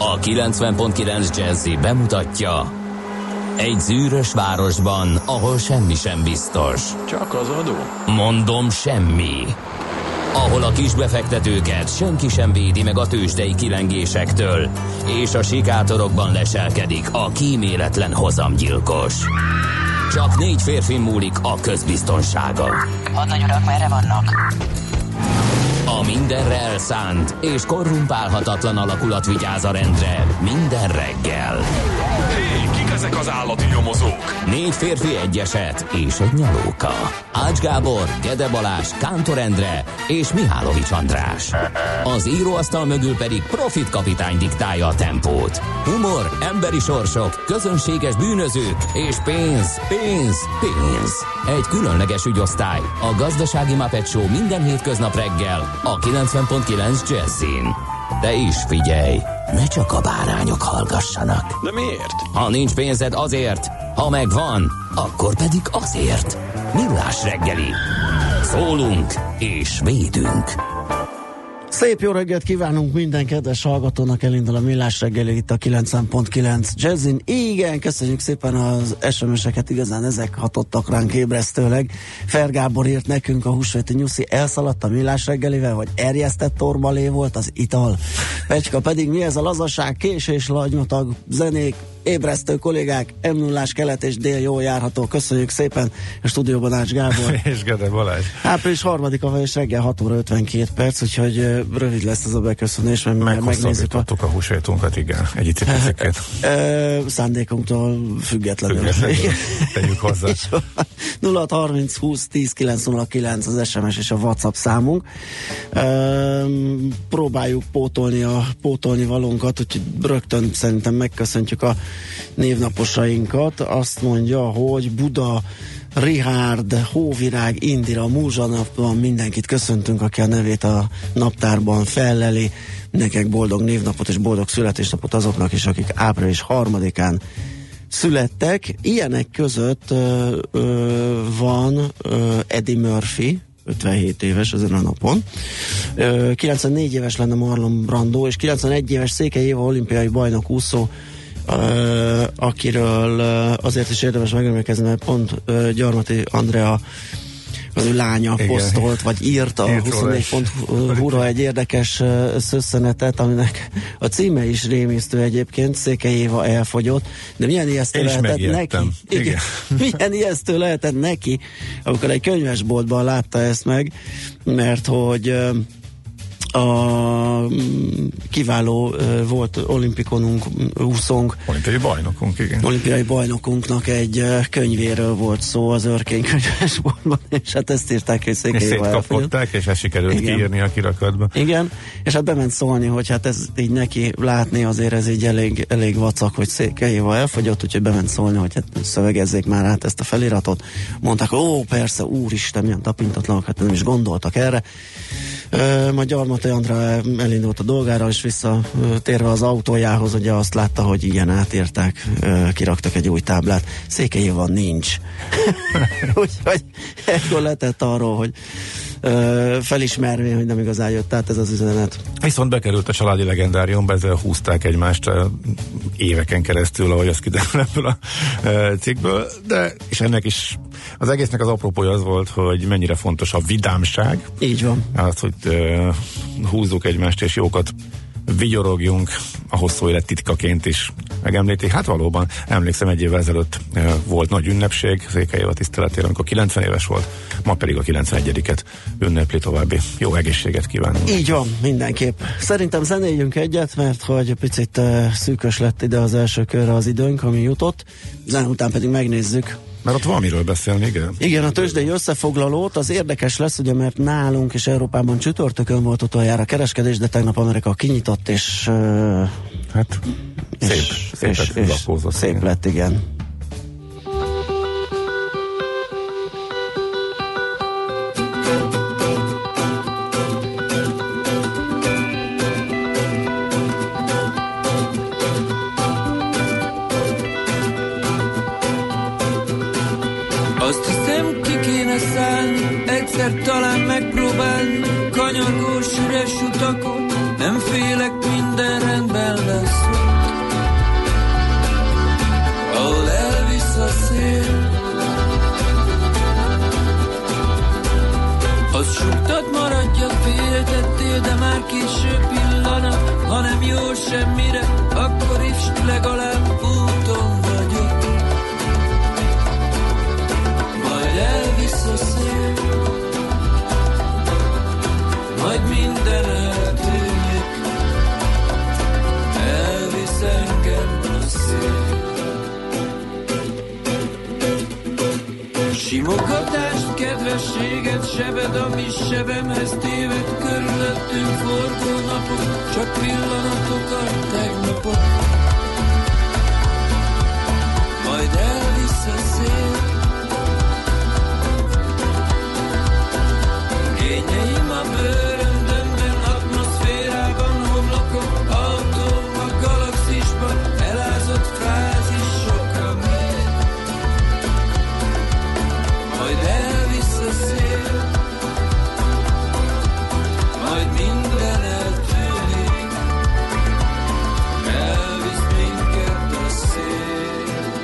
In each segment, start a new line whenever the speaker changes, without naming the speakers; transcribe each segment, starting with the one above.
A 90.9 Jazzy bemutatja: egy zűrös városban, ahol semmi sem biztos.
Csak az adó?
Mondom, semmi. Ahol a kisbefektetőket senki sem védi meg a tőzsdei kilengésektől, és a sikátorokban leselkedik a kíméletlen hozamgyilkos. Csak 4 férfi múlik a közbiztonsága.
Hadnagy urak, merre vannak?
A mindenre elszánt és korrumpálhatatlan alakulat vigyáz a rendre minden reggel.
Hé, kik ezek az állati nyomozók?
4 férfi, egy eset és egy nyalóka. Ács Gábor, Gede Balázs, Kántor Endre és Mihálovics András. Az íróasztal mögül pedig Profit kapitány diktálja a tempót. Humor, emberi sorsok, közönséges bűnözők és pénz, pénz, pénz. Egy különleges ügyosztály, a Gazdasági Muppet Show minden hétköznap reggel a 90.9 Jazzin. De is figyelj, ne csak a bárányok hallgassanak.
De miért?
Ha nincs pénzed, azért, ha megvan, akkor pedig azért. Millás reggeli. Szólunk és védünk.
Szép jó reggelt kívánunk minden kedves hallgatónak, elindul a Millás reggeli itt a 90.9 Jazzin. Igen, köszönjük szépen az SMS-eket, igazán ezek hatottak ránk ébresztőleg. Fer Gábor írt nekünk, a húsvéti nyuszi elszaladt a Millás reggelivel, vagy erjesztett tormalé volt az ital. Pecska pedig mi ez a lazaság, késés, lagymatag, zenék, ébresztő kollégák, M0-ás kelet és dél jól járható. Köszönjük szépen, a stúdióban Ács Gábor.
És Gede Balázs.
Április 3-a és reggel 6 óra 52 perc, úgyhogy rövid lesz ez a beköszönés, mert
meghosszabbítottuk a húsvétunkat, igen, egy icipicikét.
Szándékunktól függetlenül.
Tegyük hozzá.
0630 20 10 909 az SMS és a WhatsApp számunk. Próbáljuk pótolni valónkat, úgyhogy rögtön szerintem megköszöntjük a névnaposainkat. Azt mondja, hogy Buda, Richard, Hóvirág, Indira, Múzsanapban mindenkit köszöntünk, aki a nevét a naptárban felleli. Mindenkinek boldog névnapot és boldog születésnapot azoknak is, akik április 3-án születtek. Ilyenek között van Eddie Murphy, 57 éves ezen a napon. 94 éves lenne Marlon Brando, és 91 éves Székely Éva olimpiai bajnok úszó, akiről azért is érdemes megemlékezni, mert pont Gyarmati Andrea, az ő lánya posztolt, vagy írt a 24.hu-ra egy érdekes szösszenetet, aminek a címe is rémisztő egyébként, Székely Éva elfogyott, de milyen ijesztő lehetett neki. Igen. Milyen ijesztő lehetett neki, amikor egy könyvesboltban látta ezt meg, mert hogy a kiváló volt olimpikonunk, úszónk.
Olimpiai bajnokunk, igen.
Olimpiai bajnokunknak egy könyvéről volt szó az Örkény könyvesboltban, és hát ezt írták, hogy Székely Éva
szétkapották, és ezt sikerült kiírni a kirakatba.
Igen, és hát bement szólni, hogy hát ez így neki látni azért ez így elég vacak, hogy Székely Éva elfogyott, úgyhogy bement szólni, hogy hát szövegezzék már át ezt a feliratot. Mondták, ó, persze, úristen, milyen tapintatlanok, hát nem is gondoltak erre. Majd Gyarmati Andrea elindult a dolgára, és visszatérve az autójához, ugye azt látta, hogy igen, átírták, kiraktak egy új táblát. Székely Éva nincs. Úgyhogy ekkor letett arról, hogy felismervén, hogy nem igazán jött át ez az üzenet.
Viszont bekerült a családi legendáriumba, ezzel húzták egymást éveken keresztül, ahogy az kiderül ebből a cikkből, de és ennek is az egésznek az apropója az volt, hogy mennyire fontos a vidámság.
Így van.
Az, hogy húzzuk egymást és jókat vigyorogjunk, a hosszú élet titkaként is megemlítik. Hát valóban, emlékszem, egy évvel ezelőtt volt nagy ünnepség Székely Éva tiszteletére, amikor 90 éves volt, ma pedig a 91-et ünnepli. További jó egészséget kívánunk.
Így van, mindenképp. Szerintem zenéljünk egyet, mert hogy picit szűkös lett ide az első körre az időnk, ami jutott. Zene után pedig megnézzük.
Mert ott valamiről beszélni, igen.
Igen, a tőzsdei összefoglalót, az érdekes lesz, ugye, mert nálunk és Európában csütörtökön volt utoljára kereskedés, de tegnap Amerika kinyitott, és
hát
szép lett, igen.
Azt hiszem, ki kéne szállni, egyszer talán megpróbálni, kanyargós üres utakon, nem félek, minden rendben lesz. semmire, akkor is legalább úton vagyok. Majd elvisz a szél, majd minden eltűnik, elvisz engem a szél. Simogatást, kedvességet, sebed, ami sebemhez téved, körülöttünk forgó napok, csak pillanatok a tegnapok. Majd elvisz a szél, kényeim a bőröndömben, atmoszférában, homlokon, autóm a galaxisban, elázott frázisokra mér. Majd elvisz a szél, majd minden eltűnik, elvisz minket a szél.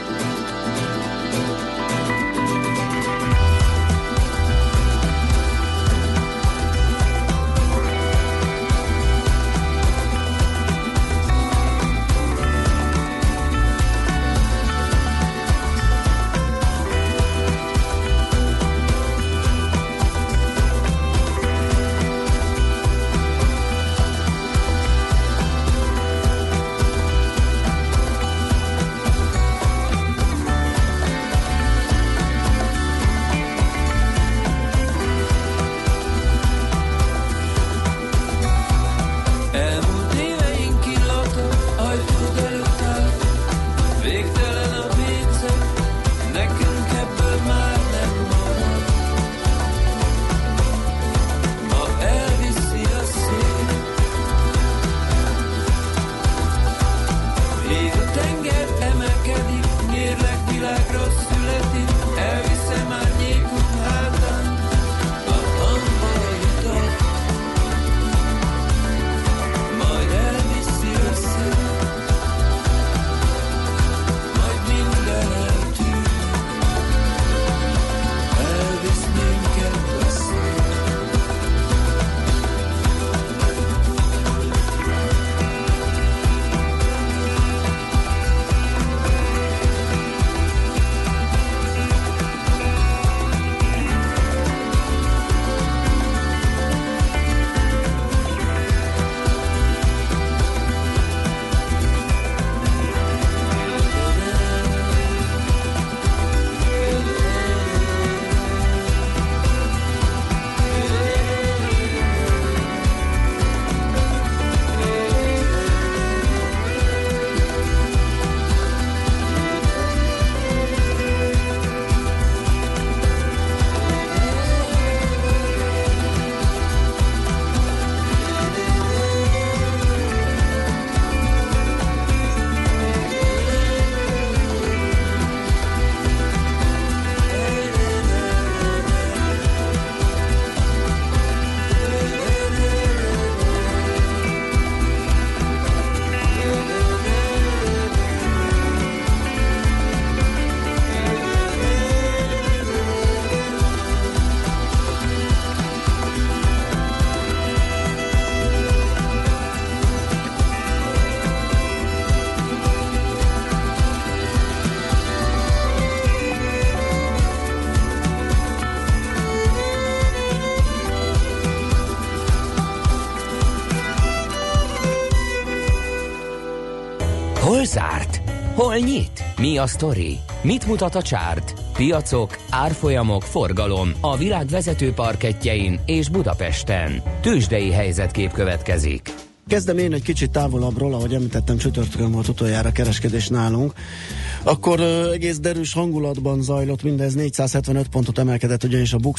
Hol zárt? Hol nyit? Mi a sztori? Mit mutat a csárt? Piacok, árfolyamok, forgalom a világ vezető parkettjein és Budapesten. Tőzsdei helyzetkép következik.
Kezdem én egy kicsit távolabbról, ahogy említettem, csütörtökön volt utoljára kereskedés nálunk. Akkor egész derűs hangulatban zajlott mindez, 475 pontot emelkedett, ugyanis a BUX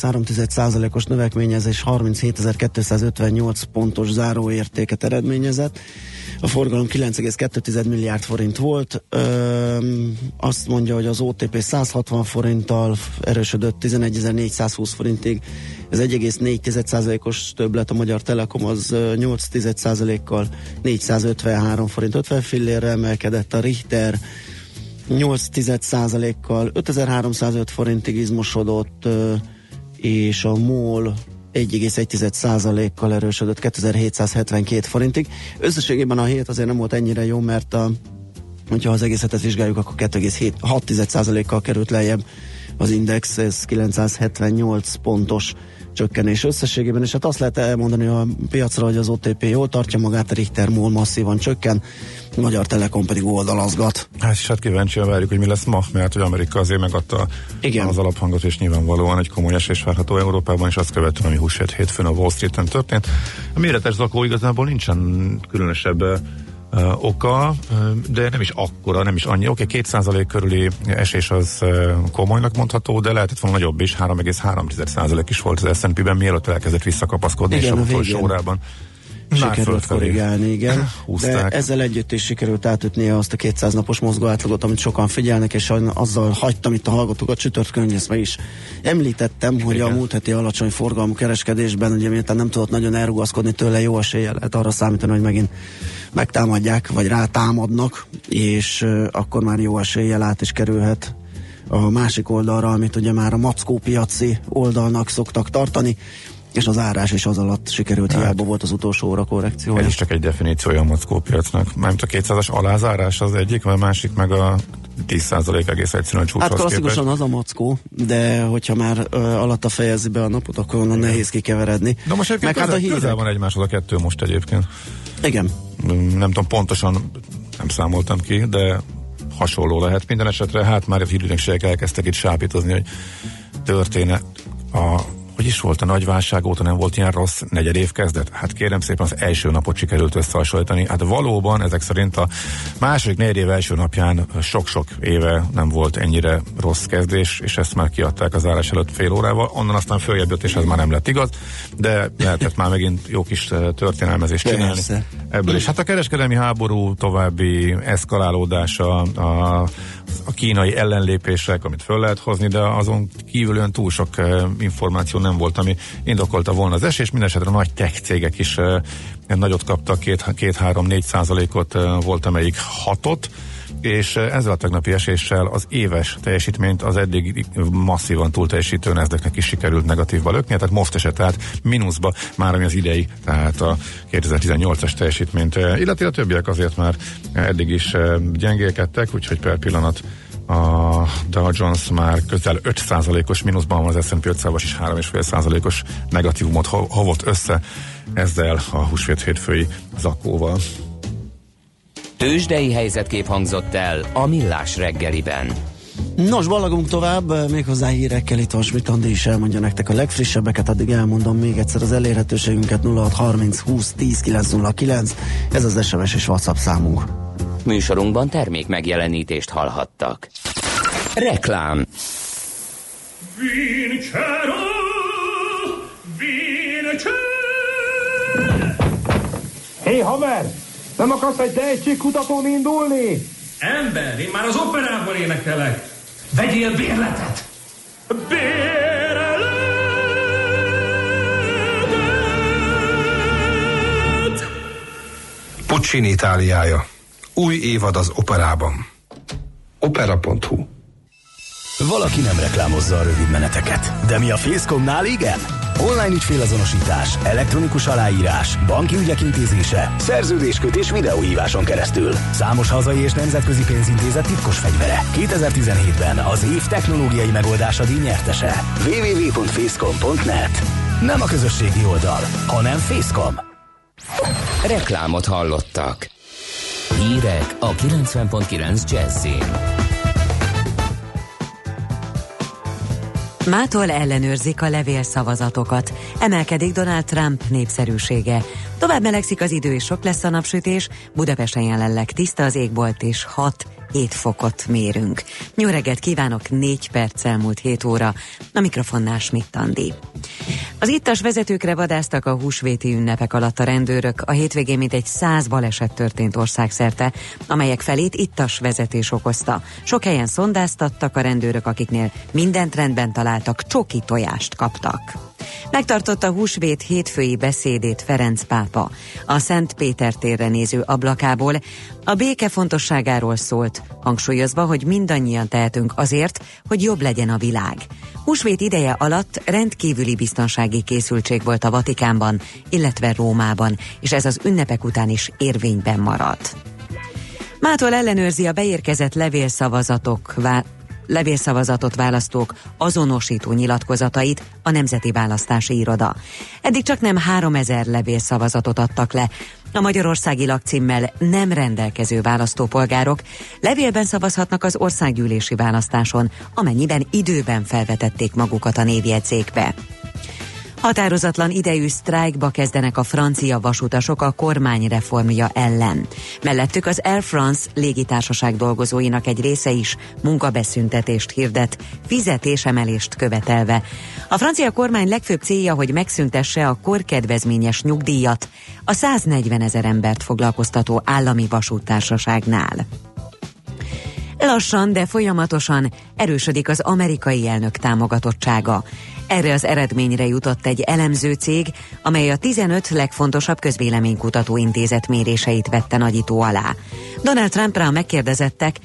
1,3%-os növekményezés 37.258 pontos záróértéket eredményezett. A forgalom 9,2 milliárd forint volt. Azt mondja, hogy az OTP 160 forinttal erősödött 11.420 forintig. Ez 1,4%-os többlet, a Magyar Telekom az 8%-kal 453 forint 50 fillérre emelkedett, a Richter 8%-kal 5305 forintig izmosodott, és a MOL 1,1%-kal erősödött 2772 forintig. Összességében a hét azért nem volt ennyire jó, mert hogyha az egész hetet vizsgáljuk, akkor 2,6%-kal került lejjebb az index, ez 978 pontos csökkenés összességében, és hát azt lehet elmondani a piacra, hogy az OTP jól tartja magát, a Richter MOL masszívan csökken, a Magyar Telekom pedig oldalazgat.
Hát kíváncsian várjuk, hogy mi lesz ma, mert hogy Amerika azért megadta az alaphangot, és nyilvánvalóan egy komoly esés várható Európában, és azt követően, ami húsvét hétfőn a Wall Street-en történt. A méretes zakó igazából nincsen különösebb oka, de nem is akkora, nem is annyi. Oké, 2% körüli esés az komolynak mondható, de lehetett volna nagyobb is, 3,3% is volt az S&P-ben, mielőtt elkezdett visszakapaszkodni, és a utolsó órában
sikerült korrigálni, igen. De ezzel együtt is sikerült átütnie azt a 200 napos mozgó átlagot, amit sokan figyelnek, és azzal hagytam itt a hallgatókat csütörtökön, ezt meg is említettem, hogy a múlt heti alacsony forgalmú kereskedésben, ugye miután nem tudott nagyon elrugaszkodni tőle, jó eséllyel lehet arra számítani, hogy megint megtámadják, vagy rátámadnak, és akkor már jó eséllyel át is kerülhet a másik oldalra, amit ugye már a mackópiaci oldalnak szoktak tartani, és az árás is az alatt sikerült, hiába volt az utolsó óra korrekciója.
Ez is csak egy definíciója a mackópiacnak. Mármint a 200-as alázárás az egyik, vagy a másik meg a 10% egész egyszerűen csúcshoz
képest. Hát klasszikusan az a mackó, de hogyha már alatta fejezi be a napot, akkor onnan nehéz kikeveredni.
De most egyébként közel van egymáshoz a kettő most egyébként.
Igen.
Nem tudom, pontosan nem számoltam ki, de hasonló lehet. Minden esetre hát már a hírügynökségek elkezdtek itt sápítozni, hogy történet hogy is volt a nagy válság óta, nem volt ilyen rossz negyedév kezdet? Hát kérem szépen, az első napot sikerült összehasonlítani. Hát valóban ezek szerint a második negyedév első napján sok-sok éve nem volt ennyire rossz kezdés, és ezt már kiadták az árás előtt fél órával, onnan aztán följebb jött, és ez már nem lett igaz, de lehetett már megint jó kis történelmezést csinálni ebből is. Hát a kereskedelmi háború további eszkalálódása, a kínai ellenlépések, amit föl lehet hozni, de azon kívül olyan túl sok információ nem volt, ami indokolta volna az esés. Mindenesetre a nagy tech cégek is nagyot kaptak, 2-3-4%-ot volt, amelyik 6-ot, és ezzel a tegnapi eséssel az éves teljesítményt az eddig masszívan túl teljesítő Nasdaqnek is sikerült negatívba lökni, tehát most esett át mínuszba már, ami az idei, tehát a 2018-as teljesítményt, illetve a többiek azért már eddig is gyengélkedtek, úgyhogy per pillanat a Dow Jones már közel 5%-os mínuszban van, az S&P 500-as is 3,5%-os negatívumot havott össze ezzel a húsvét hétfői zakóval.
Tőzsdei helyzetkép hangzott el a Millás reggeliben.
Nos, ballagunk tovább, méghozzá hírekkel, itt van Schmidt Andi is elmondja nektek a legfrissebbeket, addig elmondom még egyszer az elérhetőségünket: 0630 20 10 909, ez az SMS és WhatsApp számunk.
Műsorunkban termék megjelenítést hallhattak. Reklám.
Vincero, vincero.
Hé, haver! Nem akarsz egy tehetségkutatón indulni?
Ember, én már az operában énekelek. Vegyél bérletet! Bérletet!
Puccini Itáliája. Új évad az operában. Opera.hu.
Valaki nem reklámozza a rövid meneteket, de mi a Facecomnál igen? Online ügyfélazonosítás, elektronikus aláírás, banki ügyek intézése, szerződéskötés videóhíváson keresztül. Számos hazai és nemzetközi pénzintézet titkos fegyvere. 2017-ben az év technológiai megoldása díj nyertese. www.facecom.net. Nem a közösségi oldal, hanem Facecom.
Reklámot hallottak. Hírek a 90.9 Jazzin.
Mától ellenőrzik a levélszavazatokat. Emelkedik Donald Trump népszerűsége. Tovább melegszik az idő és sok lesz a napsütés. Budapesten jelenleg tiszta az égbolt és 6-7 fokot mérünk. Jó reggelt kívánok, 4 perc elmúlt 7 óra. A mikrofonnál Schmidt Andi. Az ittas vezetőkre vadásztak a húsvéti ünnepek alatt a rendőrök. A hétvégén mintegy 100 baleset történt országszerte, amelyek felét ittas vezetés okozta. Sok helyen szondáztattak a rendőrök, akiknél mindent rendben találtak, csoki tojást kaptak. Megtartotta húsvét hétfői beszédét Ferenc pápa. A Szent Péter térre néző ablakából a béke fontosságáról szólt, hangsúlyozva, hogy mindannyian tehetünk azért, hogy jobb legyen a világ. Húsvét ideje alatt rendkívüli biztonsági készültség volt a Vatikánban, illetve Rómában, és ez az ünnepek után is érvényben maradt. Mától ellenőrzi a beérkezett levélszavazatot választók azonosító nyilatkozatait a Nemzeti Választási Iroda. Eddig csak nem 3000 levélszavazatot adtak le. A magyarországi lakcímmel nem rendelkező választópolgárok levélben szavazhatnak az országgyűlési választáson, amennyiben időben felvetették magukat a névjegyzékbe. Határozatlan idejű sztrájkba kezdenek a francia vasutasok a kormány reformja ellen. Mellettük az Air France légitársaság dolgozóinak egy része is munkabeszüntetést hirdet, fizetésemelést követelve. A francia kormány legfőbb célja, hogy megszüntesse a korkedvezményes nyugdíjat a 140 000 embert foglalkoztató állami vasúttársaságnál. Lassan, de folyamatosan erősödik az amerikai elnök támogatottsága. Erre az eredményre jutott egy elemző cég, amely a 15 legfontosabb közvéleménykutató intézet méréseit vette nagyító alá. Donald Trumpra a megkérdezettek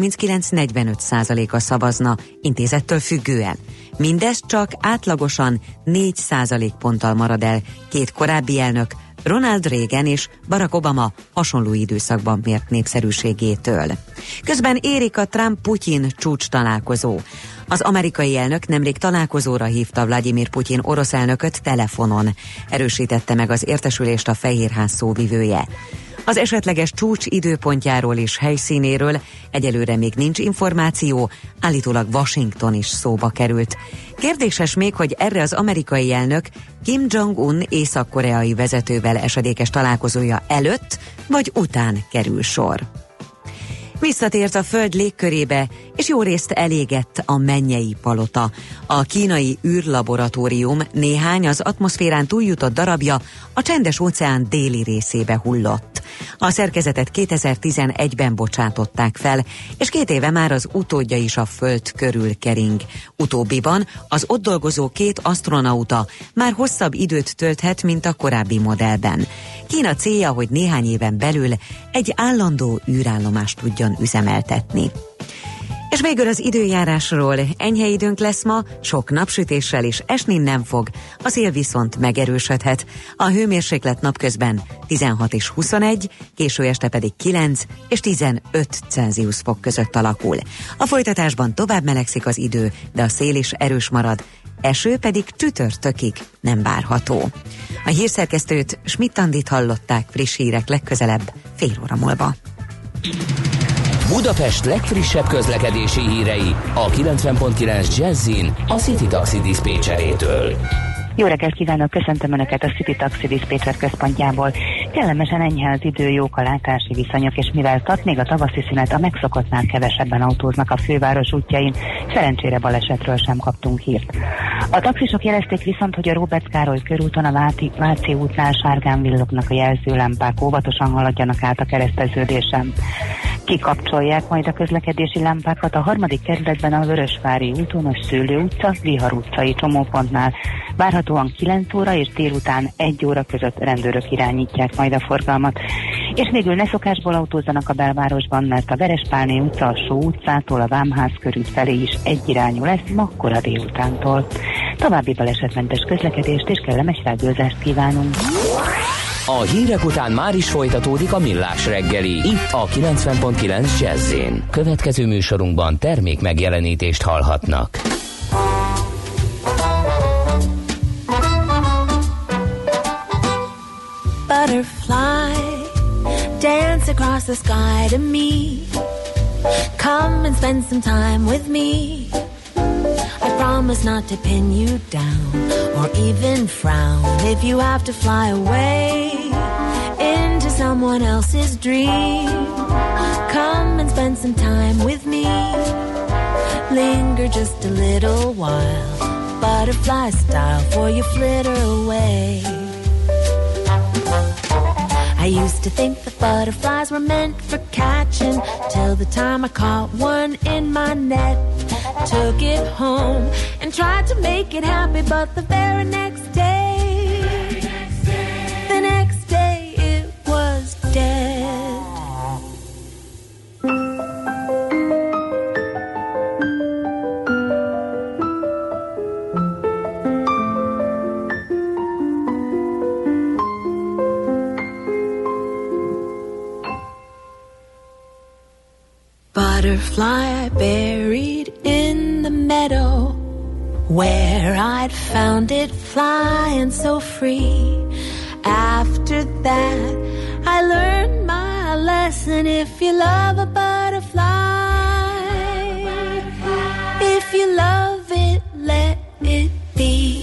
39-45%-a szavazna intézettől függően. Mindez csak átlagosan 4% ponttal marad el két korábbi elnök, Ronald Reagan és Barack Obama hasonló időszakban mért népszerűségétől. Közben érik a Trump-Putyin csúcs találkozó. Az amerikai elnök nemrég találkozóra hívta Vladimir Putyin orosz elnököt telefonon. Erősítette meg az értesülést a Fehérház szóvivője. Az esetleges csúcs időpontjáról és helyszínéről egyelőre még nincs információ, állítólag Washington is szóba került. Kérdéses még, hogy erre az amerikai elnök Kim Jong-un észak-koreai vezetővel esedékes találkozója előtt vagy után kerül sor. Visszatért a Föld légkörébe, és jó részt elégett a Mennyei Palota. A kínai űrlaboratórium néhány az atmoszférán túljutott darabja a Csendes-óceán déli részébe hullott. A szerkezetet 2011-ben bocsátották fel, és 2 éve már az utódja is a Föld körül kering. Utóbbiban az ott dolgozó 2 asztronauta már hosszabb időt tölthet, mint a korábbi modellben. Kína célja, hogy néhány éven belül egy állandó űrállomást tudjon üzemeltetni. És végül az időjárásról. Enyhe időnk lesz ma, sok napsütéssel, és esni nem fog. A szél viszont megerősödhet. A hőmérséklet napközben 16 és 21, késő este pedig 9 és 15 Celsius fok között alakul. A folytatásban tovább melegszik az idő, de a szél is erős marad. Eső pedig csütörtökig nem várható. A hírszerkesztőt, Schmidt-Andit hallották, friss hírek legközelebb fél óra múlva.
Budapest legfrissebb közlekedési hírei a 90.9 Jazzin a City Taxi Dispécsejétől.
Jó reggelt kívánok, köszöntöm Önöket a City Taxi Dispécser központjából. Kellemesen enyhe az idő, jók a látási viszonyok, és mivel tart még a tavaszi szünet, a megszokottnál kevesebben autóznak a főváros útjain, szerencsére balesetről sem kaptunk hírt. A taxisok jelezték viszont, hogy a Róbert Károly körúton a Váci útnál sárgán villognak a jelzőlámpák, óvatosan haladjanak át a kereszteződésen. Kikapcsolják majd a közlekedési lámpákat a 3. kerületben a Vörösvári úton, a Szőlő utca, Vihar utcai csomópontnál. Várhatóan 9 óra és délután 1 óra között rendőrök irányítják majd a forgalmat. És végül ne szokásból autózzanak a belvárosban, mert a Verespálné utca a Só utcától a Vámház körút felé is egyirányú lesz ma kora délutántól. További balesetmentes közlekedést és kellemes rádiózást kívánunk.
A hírek után már is folytatódik a Millás reggeli, itt a 90.9 Jazz-én. Következő műsorunkban termék megjelenítést hallhatnak.
Butterfly, dance across the sky to me. Come and spend some time with me. I promise not to pin you down or even frown if you have to fly away into someone else's dream. Come and spend some time with me. Linger just a little while, butterfly style, for you flitter away. I used to think that butterflies were meant for catching, till the time I caught one in my net. Took it home and tried to make it happy, but the very next day, it was dead. Butterfly buried in the meadow, where I'd found it flying so free. After that, I learned my lesson. If you love a butterfly, if you love it, let it be.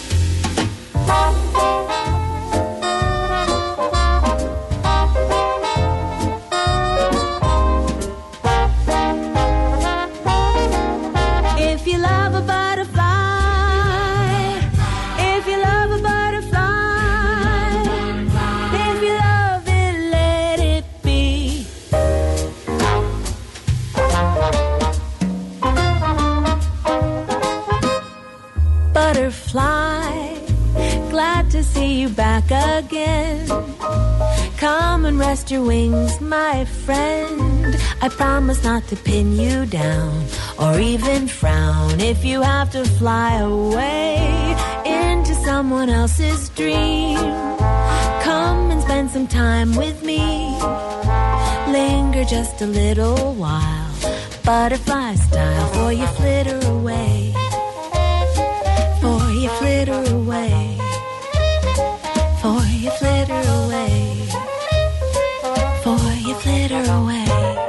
Glad to see you back again. Come and rest your wings, my friend. I promise not to pin you down or even frown if you have to fly away into someone else's dream. Come and spend some time with me. Linger just a little while, butterfly style, for you flitter away. For you flitter away. For you flitter away. For you flitter away.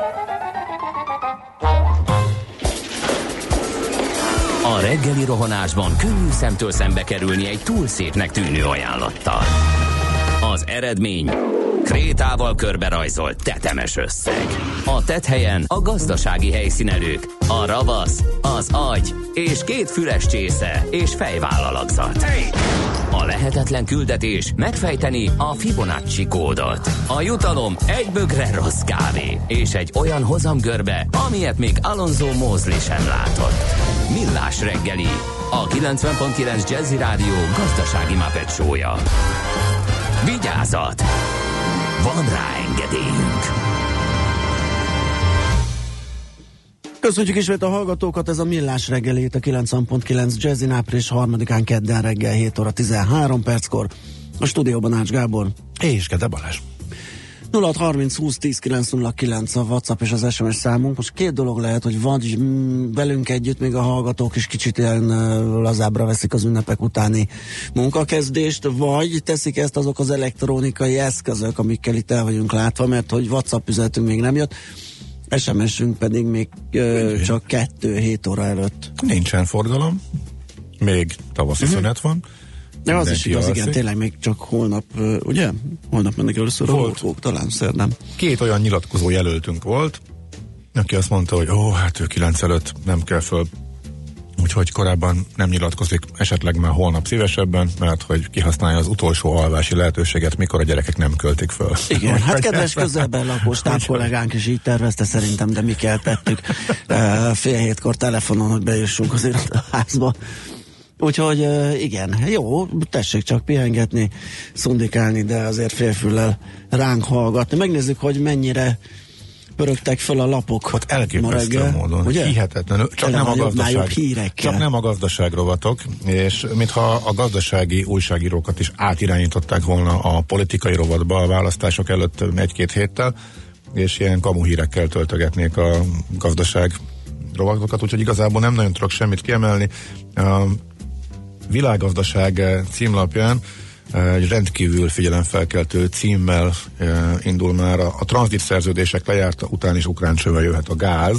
A reggeli rohanásban könnyű szemtől szembe kerülni egy túl szépnek tűnő ajánlattal. Az eredmény krétával körberajzolt tetemes összeg. A tetthelyen a gazdasági helyszínelők, a ravasz, az agy és 2 füles csésze és fejvállalakzat. A lehetetlen küldetés megfejteni a Fibonacci kódot. A jutalom egy bögre rossz kávé és egy olyan hozamgörbe, amilyet még Alonso Mosley sem látott. Millás reggeli, a 90.9 Jazzy Rádió gazdasági Muppet show-ja. Vigyázat! Van rá engedélyünk!
Köszönjük ismét a hallgatókat, ez a Millás reggelét, a 90.9 Jazzin április 3-án kedden reggel 7 óra 13 perckor. A stúdióban Ács Gábor
és Gede Balázs.
0630 20 10 909 a WhatsApp és az SMS számunk. Most 2 dolog lehet, hogy vagy velünk együtt még a hallgatók is kicsit ilyen lazábbra veszik az ünnepek utáni munkakezdést, vagy teszik ezt azok az elektronikai eszközök, amikkel itt el vagyunk látva, mert hogy WhatsApp üzenetünk még nem jött, SMS-ünk pedig még csak 2-7 óra előtt.
Nincsen forgalom, még tavaszi szünet van.
De az is igaz, igen, tényleg még csak holnap, ugye? Holnap mennek először a horgók, talán szerdán.
2 olyan nyilatkozó jelöltünk volt, aki azt mondta, hogy hát ő 9 előtt nem kell föl, úgyhogy korábban nem nyilatkozik, esetleg már holnap szívesebben, mert hogy kihasználja az utolsó alvási lehetőséget, mikor a gyerekek nem költik föl.
Igen, hát kedves közelben lakó kollégánk is így tervezte szerintem, de mi keltettük 6:30 telefonon, hogy bejussunk az irodaházba. Úgyhogy igen, jó, tessék csak pihengetni, szundikálni, de azért félfüllel ránk hallgatni. Megnézzük, hogy mennyire pörögtek fel a lapok.
Ott elképesztő módon, ugye? Hihetetlenül. Csak nem a gazdaság rovatok, és mintha a gazdasági újságírókat is átirányították volna a politikai rovatba a választások előtt 1-2 héttel, és ilyen kamu hírekkel töltögetnék a gazdaság rovatokat, úgyhogy igazából nem nagyon tudok semmit kiemelni. Világgazdaság címlapján egy rendkívül figyelemfelkeltő címmel indul már a tranzit szerződések lejárta után is ukrán csővel jöhet a gáz,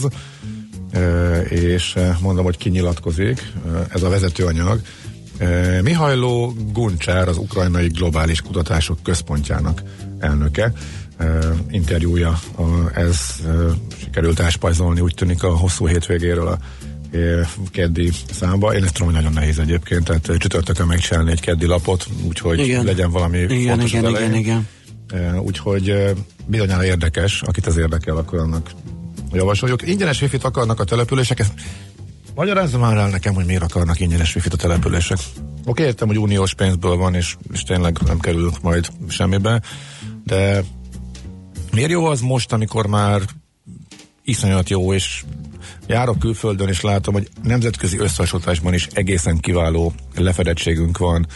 és mondom, hogy kinyilatkozik, ez a vezetőanyag. Mihajlo Guncsár, az Ukrajnai Globális Kutatások Központjának elnöke. Interjúja, ez sikerült áspajzolni, úgy tűnik, a hosszú hétvégéről a keddi számba. Én ezt tudom, hogy nagyon nehéz egyébként, tehát csütörtökön megcsinálni egy keddi lapot, úgyhogy legyen valami fontos az elején. Igen. Úgyhogy bizonyára érdekes, akit ez érdekel, akkor annak javasoljuk. Ingyenes wifi-t akarnak a települések, ezt magyarázza már el nekem, hogy miért akarnak ingyenes wifi-t a települések. Oké, értem, hogy uniós pénzből van, és tényleg nem kerül majd semmibe, de miért jó az most, amikor már iszonyat jó, és járok külföldön, és látom, hogy nemzetközi összehasonlításban is egészen kiváló lefedettségünk van.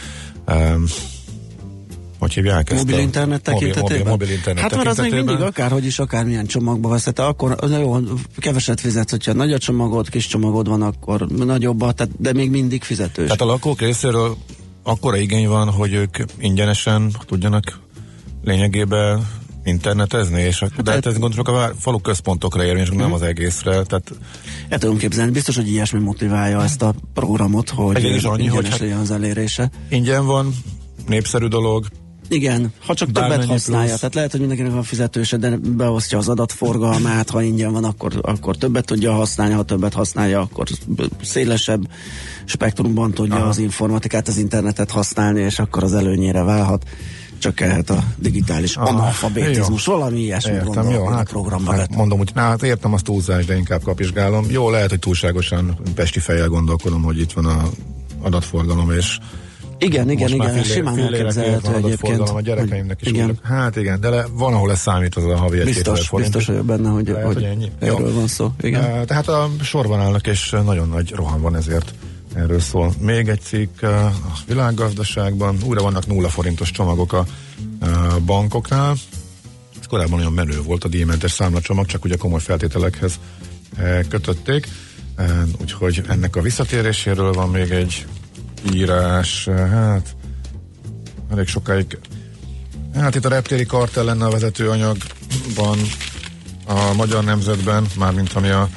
Hogy hívják ezt?
Mobil internet tekintetében?
Mobil internet
hát már az még mindig akárhogy is, akármilyen csomagba veszed, akkor jó, keveset fizetsz, hogyha nagy a csomagod, kis csomagod van, akkor nagyobbat, de még mindig fizetős.
Tehát a lakók részéről akkora igény van, hogy ők ingyenesen tudjanak lényegében internetezni, és de hát ez gondolok a falu központokra érvényes, nem az egészre. Tehát
el tudom képzelni, biztos, hogy ilyesmi motiválja ezt a programot, hogy ingyenes legyen az elérése.
Ingyen van, népszerű dolog.
Igen, ha csak többet használja. Plusz. Tehát lehet, hogy mindenkinek van fizetőse, de beosztja az adatforgalmát, ha ingyen van, akkor többet tudja használni, ha többet használja, akkor szélesebb spektrumban tudja az informatikát, az internetet használni, és akkor az előnyére válhat. Csökkenhet a digitális analfabetizmus, valami ilyesmit gondolom, jó, hát, programban
hát mondom, hogy értem azt túlzás, de inkább kapizsgálom. Jó, lehet, hogy túlságosan pesti fejjel gondolkodom, hogy itt van a adatforgalom, és
igen, simán elképzelhető egyébként.
A gyerekeimnek is igen. Hát igen, de van, ahol ez számít, az a havi 1-2 forint.
Biztos vagyok benne, hogy erről van szó. Igen.
Tehát a sorban állnak, és nagyon nagy roham van, ezért erről szól. Még egy cikk a világgazdaságban, újra vannak 0 forintos csomagok a bankoknál. Ez korábban olyan menő volt a díjmentes számlacsomag, csak ugye komoly feltételekhez kötötték. Úgyhogy ennek a visszatéréséről van még egy írás, hát elég sokáig, hát itt a reptéri kartell lenne a vezetőanyagban a Magyar Nemzetben, mármint ami a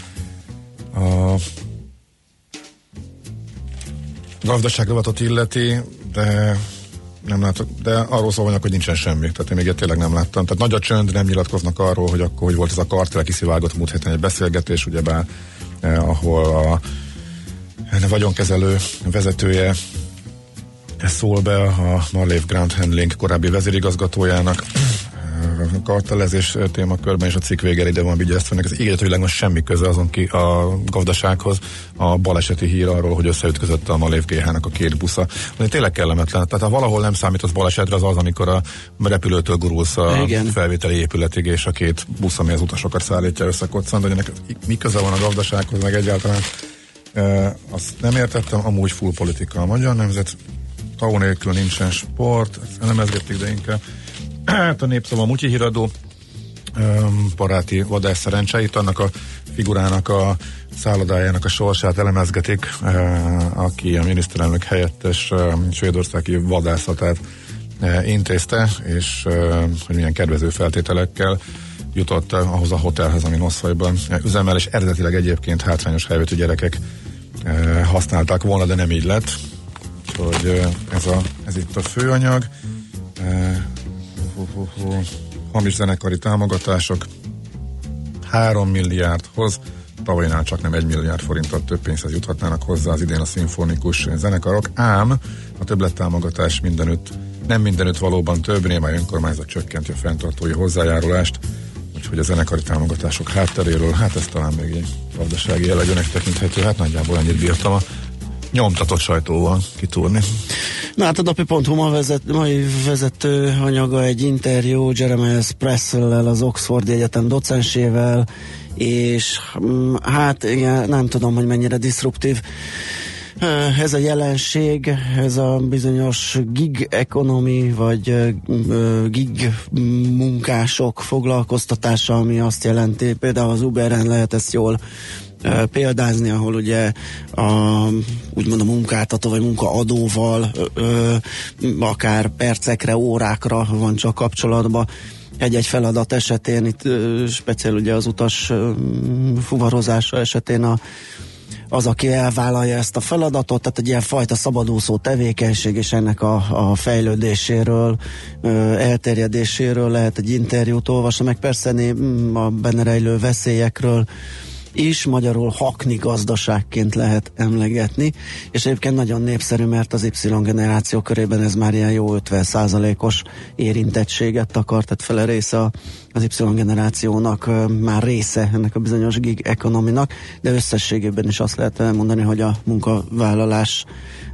gazdaságrovatot illeti, de nem látok, de arról szólnak, hogy nincsen semmi, tehát én még tényleg nem láttam. Tehát nagy a csönd, nem nyilatkoznak arról, hogy akkor hogy volt ez a kartell, kiszivárgott múlt héten egy beszélgetés, ugyebár ahol a vagyonkezelő vezetője szól be a Marleaf Ground Handling korábbi vezérigazgatójának kartellezés témakörben, és a cikk végére ide van vigyáztva, ez ígéretőleg most semmi köze azon ki a gazdasághoz, a baleseti hír arról, hogy összeütközött a Malév GH-nak a 2 busza. De tényleg kellemetlen. Tehát ha valahol nem számít az balesetre, az, amikor a repülőtől gurulsz a felvételi épületig, és a 2 busz, ami az utasokat szállítja, összekoccant, hogy ennek mi köze van a gazdasághoz, meg egyáltalán azt nem értettem, amúgy full politika a Magyar Nemzet, TAO nélkül nincsen sport, ezt elemezgették, de inkább hát a Népszava Mutyi híradó, Paráti vadász szerencsáit, annak a figurának a szállodájának a sorsát elemezgetik, aki a miniszterelnök helyettes svédországi vadászatát intézte, és hogy milyen kedvező feltételekkel jutott ahhoz a hotelhez, ami Noszfajban üzemel, és eredetileg egyébként hátrányos helyzetű gyerekek használták volna, de nem így lett. Úgyhogy ez itt a főanyag. Hamis zenekari támogatások 3 milliárdhoz, tavalynál csak nem 1 milliárd forinttal több pénzhez juthatnának hozzá az idén a szimfonikus zenekarok, ám a többlettámogatás nem mindenütt valóban több, némely önkormányzat csökkenti a fenntartói hozzájárulást, úgyhogy a zenekari támogatások hátteréről, hát ez talán még egy gazdasági jellegűnek tekinthető, hát nagyjából ennyit bírtam a nyomtatott sajtóval kitúrni.
Na hát a napi.hu mai vezető anyaga egy interjú Jeremiah Pressel-lel, az Oxfordi Egyetem docensével, és hát igen, nem tudom, hogy mennyire diszruptív ez a jelenség, ez a bizonyos gig economy, vagy gig munkások foglalkoztatása, ami azt jelenti, például az Uberen lehet ezt jól példázni, ahol ugye úgymond a munkáltató vagy munkaadóval akár percekre, órákra van csak kapcsolatban egy-egy feladat esetén, itt speciál ugye az utas fuvarozása esetén az, aki elvállalja ezt a feladatot, tehát egy ilyen fajta szabadúszó tevékenység, és ennek a fejlődéséről, elterjedéséről lehet egy interjút olvasni, meg persze a benne rejlő veszélyekről, is, magyarul hakni gazdaságként lehet emlegetni, és egyébként nagyon népszerű, mert az Y generáció körében ez már ilyen jó 50%-os érintettséget takar, tehát fele része az Y generációnak már része ennek a bizonyos gig economy-nak, de összességében is azt lehet elmondani, hogy a munkavállalás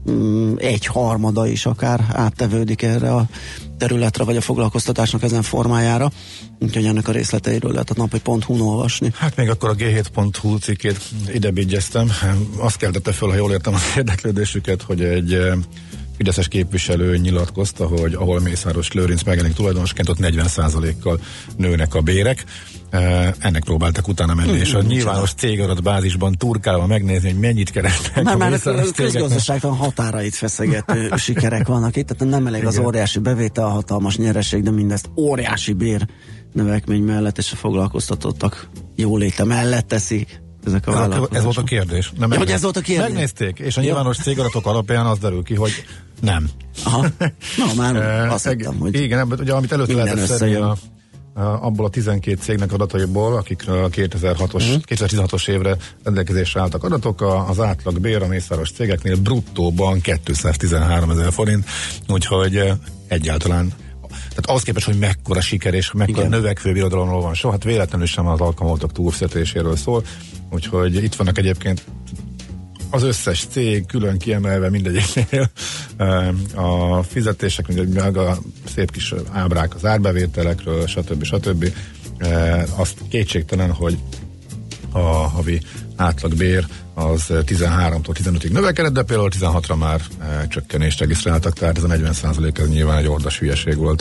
1/3 is akár áttevődik erre a területre, vagy a foglalkoztatásnak ezen formájára. Úgyhogy ennek a részleteiről lehet a napi.hu-n olvasni.
Hát még akkor a G7.hu cikkét idebigyeztem. Azt keltette föl, ha jól értem az érdeklődésüket, hogy egy fideszes képviselő nyilatkozta, hogy ahol Mészáros Lőrinc megjelenik tulajdonosként, ott 40%-kal nőnek a bérek. Ennek próbáltak utána menni, és a nyilvános cégadatbázisban turkálva megnézni, hogy mennyit keresnek
már a közgazdaságtan határait feszegető sikerek vannak itt, tehát nem elég az óriási bevétel, a hatalmas nyereség, de mindezt óriási bér növekmény mellett, és a foglalkoztatottak jóléte mellett teszik ezek a vállalkozások. Ez
volt a kérdés.
Hogy ez volt a kérdés?
Megnézték, és a nyilvános cégadatok alapján az derül ki, hogy nem.
Aha. Na, már azt hittem, hogy
igen, ugye, amit előtt lehetett szedni abból a 12 cégnek adataiból, akik a 2016-os évre rendelkezésre álltak adatok, az átlag bér a mészáros cégeknél bruttóban 213 000 forint, úgyhogy egyáltalán, tehát ahhoz képest, hogy mekkora siker és mekkora növekvő birodalomról van szó, hát véletlenül sem az alkalmazottak túlfizetéséről szól, úgyhogy itt vannak egyébként az összes cég külön kiemelve mindegyiknél a fizetések, meg a szép kis ábrák az árbevételekről, stb. Azt kétségtelen, hogy a havi átlagbér az 13-tól 15-ig növekedett, de például 16-ra már csökkenést regisztráltak, tehát ez a 40% ez nyilván egy ordas hülyeség volt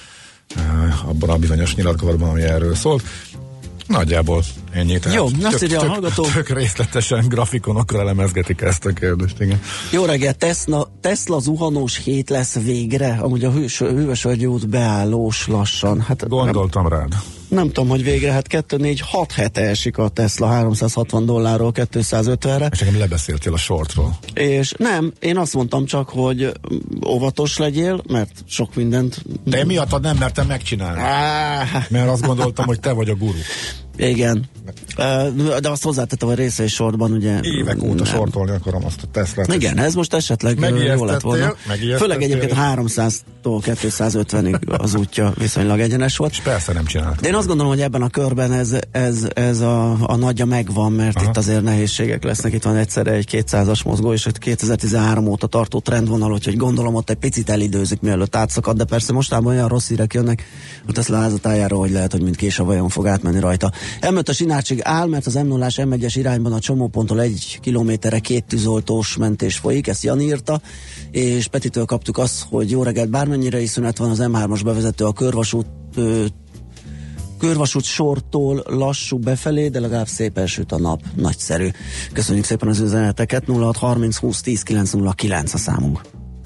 abban a bizonyos nyilatkozatban, ami erről szólt. Nagyjából ennyi.
Jó, azt írja a hallgató.
Tök részletesen grafikonokkal elemezgetik ezt a kérdést, igen.
Jó reggelt, Tesla zuhanós hét lesz végre, amúgy a Hűvösvölgyi út beállós lassan. Hát
gondoltam rád.
Nem tudom, hogy végre, hát 2-4-6 hete esik a Tesla $360-ról 250-re.
És engem lebeszéltél a shortról.
És nem, én azt mondtam csak, hogy óvatos legyél, mert sok mindent...
De miattad nem mertem megcsinálni. Mert azt gondoltam, hogy te vagy a guru.
Igen. De azt hozzátettem, hogy részei sorban ugye...
Évek óta sortolni akarom azt a Teslát.
Igen, ez most esetleg jó lett volna. Főleg egyébként 300-tól 250-ig az útja viszonylag egyenes volt.
És persze nem csináltam.
De én azt gondolom, hogy ebben a körben ez a nagyja megvan, mert itt azért nehézségek lesznek. Itt van egyszerre egy 200-as mozgó, és 2013 óta tartó trendvonal, úgyhogy gondolom ott egy picit elidőzik, mielőtt átszakad, de persze mostában olyan rossz hírek jönnek a Tesla házatájáról, hogy lehet, hogy mint kés a vajon fog átmenni rajta. M5 a Sinácsig áll, mert az M0-ás M1-es irányban a csomóponttól 1 kilométerre 2 tűzoltós mentés folyik, ezt Jani írta, és Petitől kaptuk azt, hogy jó reggelt, bármennyire is szünet van, az M3-as bevezető a körvasút sortól lassú befelé, de legalább szép elsüt a nap. Nagyszerű. Köszönjük szépen az üzeneteket. 0630 20 10 909 a számunk.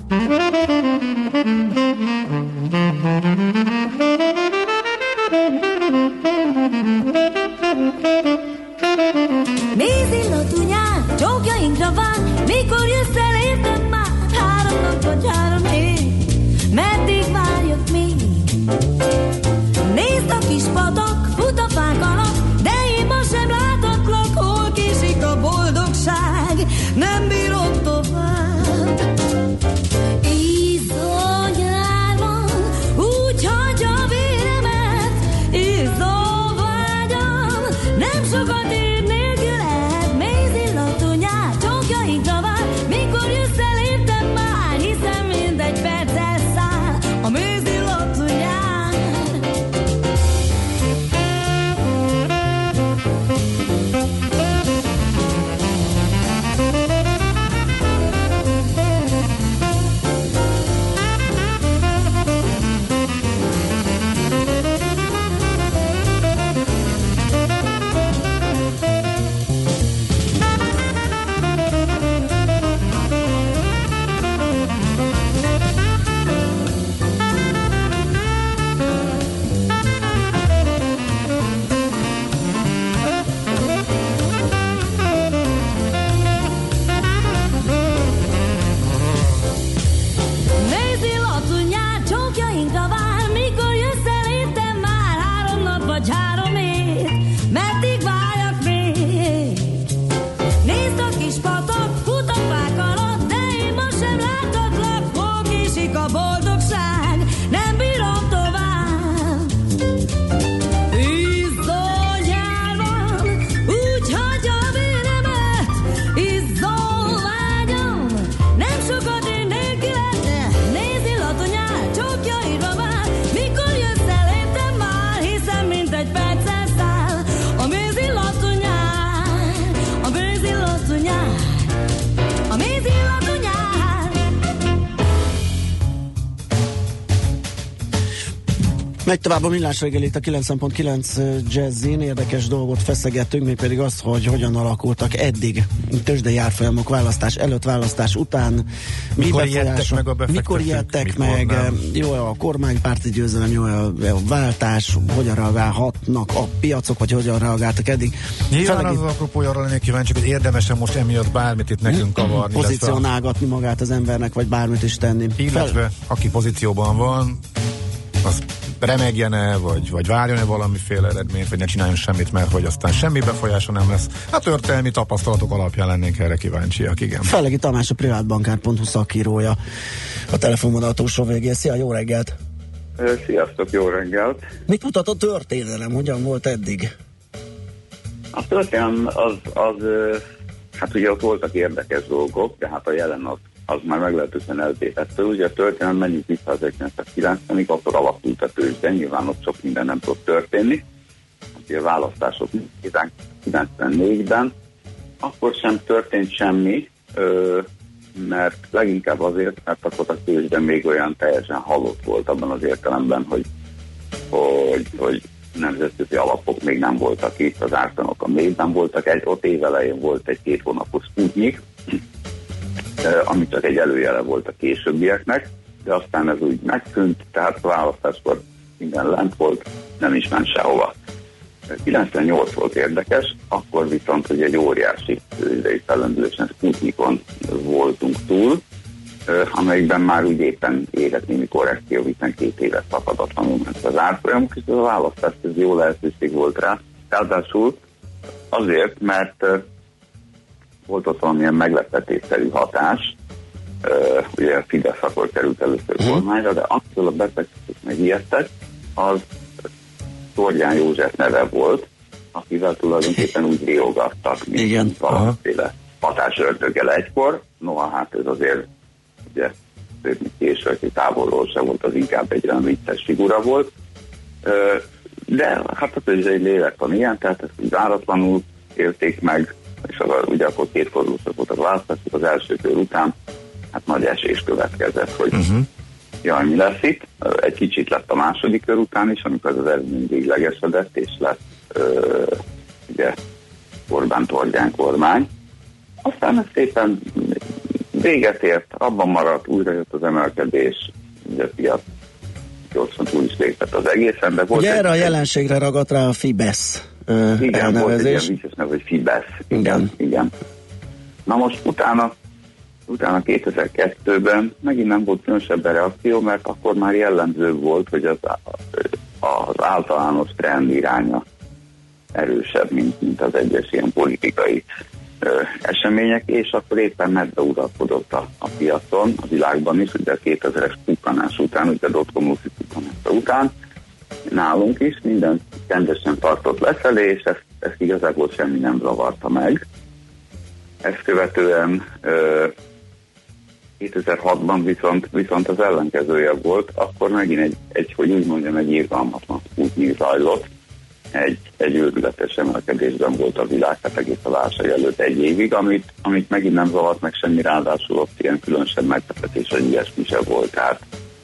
Mézillatú nyár, csókjainkra vár, mikor jössz el, értem már, 3 nap vagy 3 hét, meddig várjak még? Nézd a kis patak, fut a fák alatt, de én ma sem látatlak, hol késik a boldogság, nem bírok tovább. Izzó nyár van, úgy hagyja a véremet, izzó vágyam, nem sokat ér nélküled, mézillatú nyár, csókjainkra vár, mikor jössz el, értem már, hiszen mindegy perccel száll a mézillatú nyár.
Megy tovább a Millás reggel itt a 90.9 Jazzin, érdekes dolgot feszegettünk, még pedig azt, hogy hogyan alakultak eddig tőzsdei árfolyamok választás előtt, választás után.
Mikor ijedtek meg a befektetők?
Mikor ijedtek meg, jó a kormánypárti győzelem, jó a váltás, hogyan reagálhatnak a piacok, vagy hogyan reagáltak eddig.
Nyilván az apropója arra lennék kíváncsi, hogy érdemesen most emiatt bármit itt nekünk kavarni.
Pozícionálgatni magát az embernek, vagy bármit is tenni.
Illetve aki pozícióban van, az remegjen-e, vagy várjon-e valamiféle eredményt, vagy ne csináljon semmit, mert hogy aztán semmi befolyása nem lesz. Hát történelmi tapasztalatok alapján lennénk erre kíváncsiak, igen.
Fellegi Tamás, a privátbankár.hu szakírója, a telefonvonal túlsó végén. Szia, jó reggelt!
Sziasztok, jó reggelt!
Mit mutat a történelem? Hogyan volt eddig?
A történelem az hát ugye ott voltak érdekes dolgok, de hát a jelen az már meglehetősen eltétettől. Ugye a történelem menjünk vissza 1990-ig, akkor alakult a tőzsde, nyilván ott sok minden nem tud történni. Ugye a választások 94-ben, akkor sem történt semmi, mert leginkább azért, mert akkor a tőzsde még olyan teljesen halott volt abban az értelemben, hogy nemzetközi alapok még nem voltak itt, az árfolyamok még nem voltak, ott évelején volt egy 2 hónapos Sputnik, ami csak egy előjele volt a későbbieknek, de aztán ez úgy megszűnt, tehát a választáskor minden lent volt, nem is ment sehova. 98 volt érdekes, akkor viszont hogy egy óriási idei fellendülésen Sputnikon voltunk túl, amelyikben már úgy éppen érett némi korrekció, hiszen 2 évet szakadatlanul ment az árfolyamok, és ez a választás ez jó lehetőség volt rá. Ráadásul azért, mert volt ott valamilyen meglepetésszerű hatás, ugye a Fidesz akkor került először kormányra, de attól a befektetők megijedtek, az Tordján József neve volt, akivel tulajdonképpen úgy riogattak, mint valamiféle hatásördöggel egykor. Noha hát ez azért ugye később, aki távolról sem volt, az inkább egy olyan vicces figura volt. De hát ez egy lélektan ilyen, tehát ezt úgy váratlanul élték meg, és ugye akkor 2 fordulószak volt a választások, az első kör után hát nagy esés következett, hogy jaj, mi lesz itt. Egy kicsit lett a második kör után is, amikor az eredmény véglegesedett, és lett ugye Orbán-Tordján kormány. Aztán ez szépen véget ért, abban maradt, újra jött az emelkedés, ugye a piac gyorsan túl is lépett az egészen, de volt...
Ugye erre a jelenségre ragadt rá a Fibesz
igen,
elnevezés.
Volt egy ilyen vicces nev, hogy Fibesz. Igen. Na most utána 2002-ben megint nem volt különösebben reakció, mert akkor már jellemző volt, hogy az általános trend iránya erősebb, mint az egyes ilyen politikai események, és akkor éppen medbeuralkodott a piacon, a világban is, ugye a 2000-es pukkanás után, ugye a dotcom-lufi pukkanása után, nálunk is minden rendesen tartott lefelé, és ezt igazából semmi nem zavarta meg. Ezt követően 2006-ban viszont az ellenkezője volt, akkor megint hogy úgy mondjam, egy irgalmatlan útnyíl zajlott. Egy őrületes emelkedésben volt a világ, hát egész a válság előtt 1 évig, amit megint nem zavart meg semmi, ráadásul ott ilyen különösebb meglepetés, hogy ilyesmi sem volt. Tehát,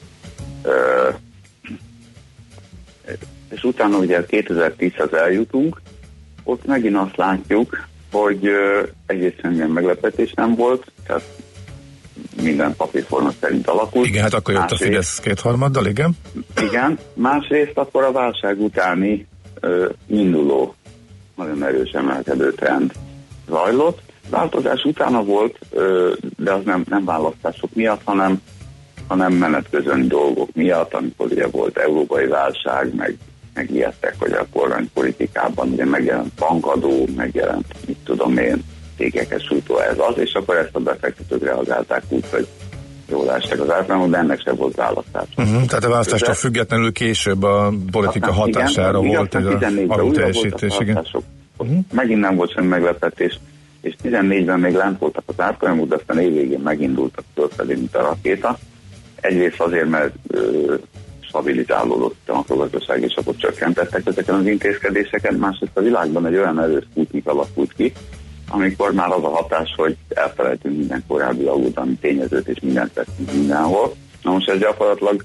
és utána ugye 2010-hez eljutunk, ott megint azt látjuk, hogy egészen ilyen meglepetés nem volt, tehát minden papírforma szerint alakult.
Igen, hát akkor jött a Fidesz 2/3, igen.
Igen, másrészt akkor a válság utáni induló, nagyon erős emelkedő trend zajlott. Változás utána volt, de az nem választások miatt, hanem menetközöni dolgok miatt, amikor ugye volt európai válság, megijedtek, hogy a kormánypolitikában ugye megjelent bankadó, megjelent, mit tudom én, cégeket sújtó ez az, és akkor ezt a befektetők reagálták úgy, hogy jól estek az árfolyamok, de ennek sem volt választás.
Tehát a választástól függetlenül később a politika hatására volt ez a alulteljesítés.
Megint nem volt semmi meglepetés, és 14-ben még lent voltak az árfolyamok, de aztán évvégén megindultak fölfelé, mint a rakéta. Egyrészt azért, mert stabilizálódott a makrogazdaság, és akkor csökkentettek ezeken az intézkedéseket, másrészt a világban egy olyan erős Sputnik alakult ki, amikor már az a hatás, hogy elfelejtünk minden korábbi aggodalmi tényezőt, és mindent tettünk mindenhol. Na most ez gyakorlatilag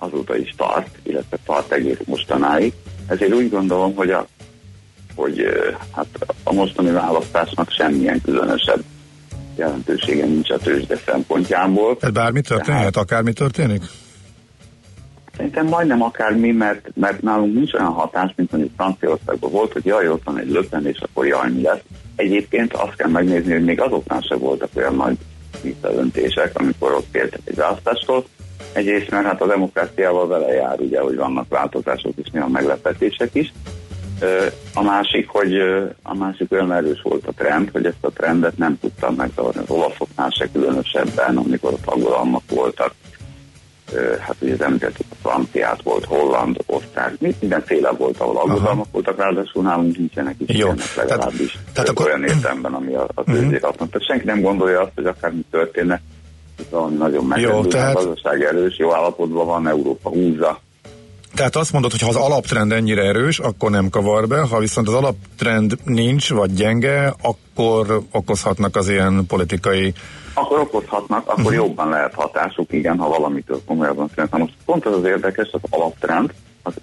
azóta is tart, illetve tart egész mostanáig. Ezért úgy gondolom, hogy a mostani választásnak semmilyen különösebb jelentősége nincs a tőzsde szempontjából.
Tehát bármi történhet, akármi történik?
Szerintem majdnem akármi, mert nálunk nincs olyan hatás, mint mondjuk Franciaországban volt, hogy jaj, ott van egy Le Pen, és akkor jaj, mi lesz. Egyébként azt kell megnézni, hogy még azoknál sem voltak olyan nagy visszadöntések, amikor ott féltek egy választástól. Egyrészt, mert hát a demokráciával vele jár, ugye, hogy vannak változások és néha meglepetések is. A másik olyan erős volt a trend, hogy ezt a trendet nem tudtam megzavarni az olaszoknál se különösebben, amikor ott aggodalmak voltak. Hát ugye az említettük, a franciát volt, holland, osztrák, mindenféle volt, ahol aggodalmak voltak, ráadásul nálunk nincsenek is ilyenek legalábbis. Tehát akkor olyan értelemben, ami a tőzsdék azt mondta. Senki nem gondolja azt, hogy akármi történne, hogy valami nagyon megrendül, a gazdaság erős, jó állapotban van, Európa húzza.
Tehát azt mondod, hogy ha az alaptrend ennyire erős, akkor nem kavar be, ha viszont az alaptrend nincs, vagy gyenge, akkor okozhatnak az ilyen politikai...
Akkor okozhatnak, akkor jobban lehet hatásuk, igen, ha valamitől komolyabban szerintem. Most pont az érdekes, az alaptrend, az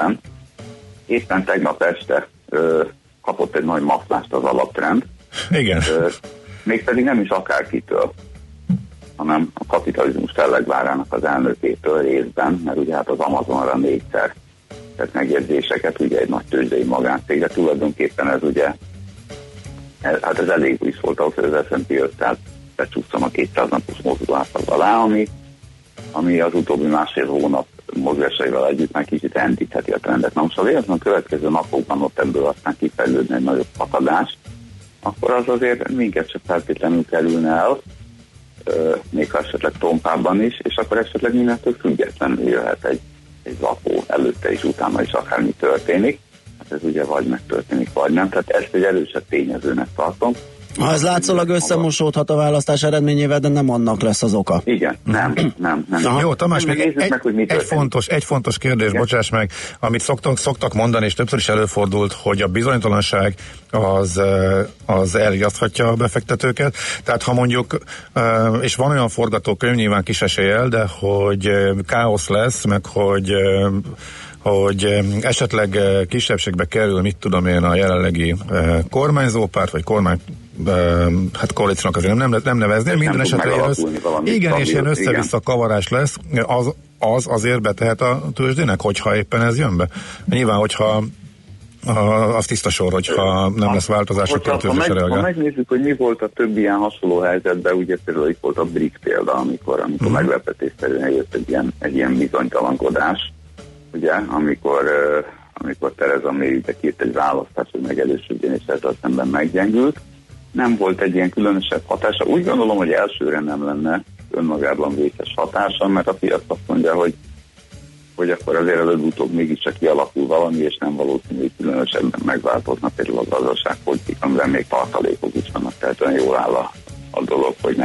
éppen tegnap este kapott egy nagy maszlást az alaptrend.
Igen.
Mégpedig nem is akárkitől, hanem a kapitalizmus fellegvárának az elnökétől részben, mert ugye hát az Amazonra 4-szer tett megjegyzéseket, ugye egy nagy tőzsdei magáncég, de tulajdonképpen ez ugye, hát ez elég is volt ahhoz, hogy az S&P 500 becsúsztam a 200 napos mozgóátlag alá, ami az utóbbi másfél hónap mozgásaival együtt már kicsit enyhítheti a trendet. Na most ha véletlenül a következő napokban ott ebből aztán kifejlődne egy nagyobb fakadás, akkor az azért minket csak feltétlenül kerülne el, még ha esetleg tompában is, és akkor esetleg mindentől függetlenül jöhet egy lapó előtte és utána is akármi történik. Hát ez ugye vagy megtörténik, vagy nem. Tehát ezt egy erősebb tényezőnek tartom.
Ha ez látszólag összemosódhat a választás eredményével, de nem annak lesz az oka.
Igen, nem.
Jó, Tamás, még egy fontos kérdés, igen? Bocsáss meg, amit szoktak mondani, és többször is előfordult, hogy a bizonytalanság az elriaszthatja a befektetőket. Tehát ha mondjuk, és van olyan forgatókönyv, nyilván kis eséllyel, de hogy káosz lesz, meg hogy esetleg kisebbségbe kerül, mit tudom én, a jelenlegi kormányzópárt, vagy hát koalíciónak azért nem nevezném, minden esetre igen, és ilyen össze-vissza kavarás lesz, azért betehet a tőzsdének, hogyha éppen ez jön be. Nyilván, hogyha az tiszta sor, hogyha nem lesz változás, akkor a tőzsde se reagál.
Ha megnézzük, hogy mi volt a több ilyen hasonló helyzetben, ugye például itt volt a BRIC példa, amikor meglepetésszerűen jött egy ilyen bizonytalankodás, ugye, amikor Theresa May írt egy választás, hogy megerősödjön, és ezzel szemben meggyengült. Nem volt egy ilyen különösebb hatása. Úgy gondolom, hogy elsőre nem lenne önmagában vészes hatása, mert a piac azt mondja, hogy akkor azért előbb-utóbb mégiscsak kialakul valami, és nem valószínű, hogy különösebben megváltoznak például a gazdaságpolitika, amiben még tartalékok is vannak, tehát olyan jól áll a dolog, hogy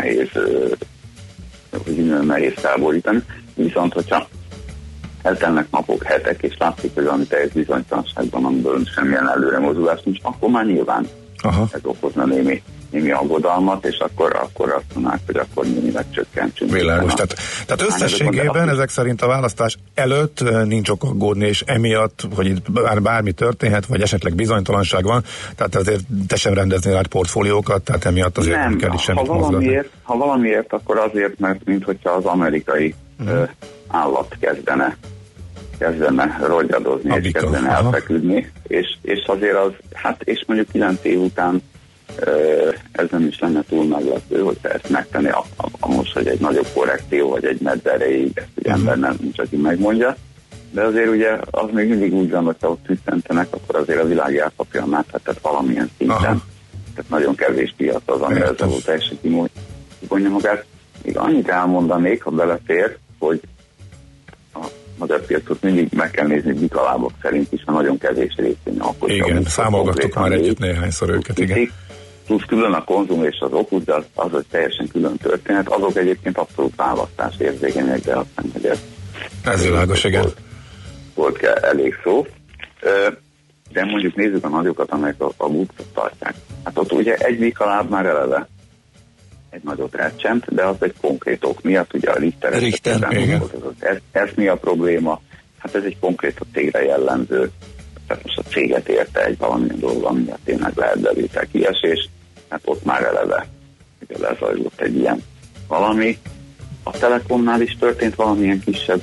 nehéz felborítani. Viszont, hogyha eltelnek napok, hetek, és látszik, hogy valami teljes bizonytalanságban, amiből semmilyen előre mozulás nincs, akkor már nyilván ez okozna némi aggodalmat, és akkor azt mondanák, hogy akkor némileg csökkentsünk.
Világos. Tehát összességében ezek szerint a választás előtt nincs ok aggódni, és emiatt, hogy itt bármi történhet, vagy esetleg bizonytalanság van, tehát azért te sem rendeznél át portfóliókat, tehát emiatt azért nem kell is semmit mozgatni.
Ha valamiért, akkor azért, mert minthogyha az amerikai állat kezdene rogyadozni, és kezdene elfeküdni, és azért az, hát és mondjuk 9 év után ez nem is lenne túl meglepő, hogy te ezt megtenni most, hogy egy nagyobb korrekció, vagy egy medve erejéig, ezt ugye ember nem csak így megmondja, de azért ugye az még mindig úgy van, hogy ha ott tüsszentenek, akkor azért a világ elkapja a máthat, valamilyen szinten. Tehát nagyon kevés piac az, ami ezzel volt teljesen kimondja magát. Még annyit elmondanék, ha belefér, hogy a magyar piacot mindig meg kell nézni bikalábok szerint is, mert nagyon kevés részén alkotja.
Igen, számolgattuk már együtt néhányszor őket, igen.
Plusz külön a konzum és az okuz, de az egy teljesen külön történet. Azok egyébként abszolút választás érzékenyek, de azt hiszem, hogy
ez világos, igen.
Volt elég szó. De mondjuk nézzük a nagyokat, amelyek a buktot tartják. Hát ott ugye egy bikaláb már eleve egy nagyot recsent, de az egy konkrét ok miatt, ugye a Richter esetében volt ez mi a probléma? Hát ez egy konkrét a cégre jellemző, tehát most a céget érte egy valamilyen dolog, amiért tényleg lehet bevétel kiesés, hát ott már eleve ugye lezajlott egy ilyen valami. A Telekomnál is történt valamilyen kisebb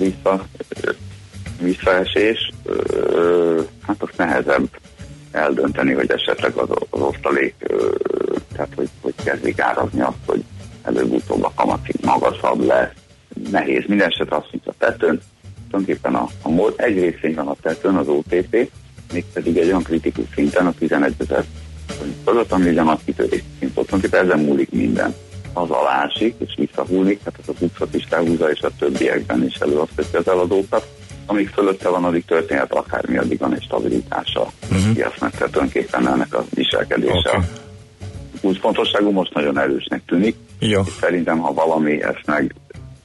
visszaesés, hát azt nehezebb eldönteni, hogy esetleg az osztalék, tehát hogy kezdik árazni azt, hogy előbb-utóbb a kamatszint magasabb lesz. Nehéz, minden esetre azt mondja a tetőn. Tulajdonképpen egy részvény van a tetőn, az OTP, mégpedig egy olyan kritikus szinten, a 11 000 fölött, ami ugye nagy kitörés szint. Tulajdonképpen ezen múlik minden. Az alá esik, és visszahullik, tehát az a bukszot is lehúzza, és a többiekben is előasztatja az eladókat. Amíg fölötte van, addig történhet akármi, addig van egy stabilitása. Piacnak, tehát tulajdonképpen ennek a viselkedése. Kulcsfontosságú most nagyon erősnek tűnik. Szerintem, ha valami ezt meg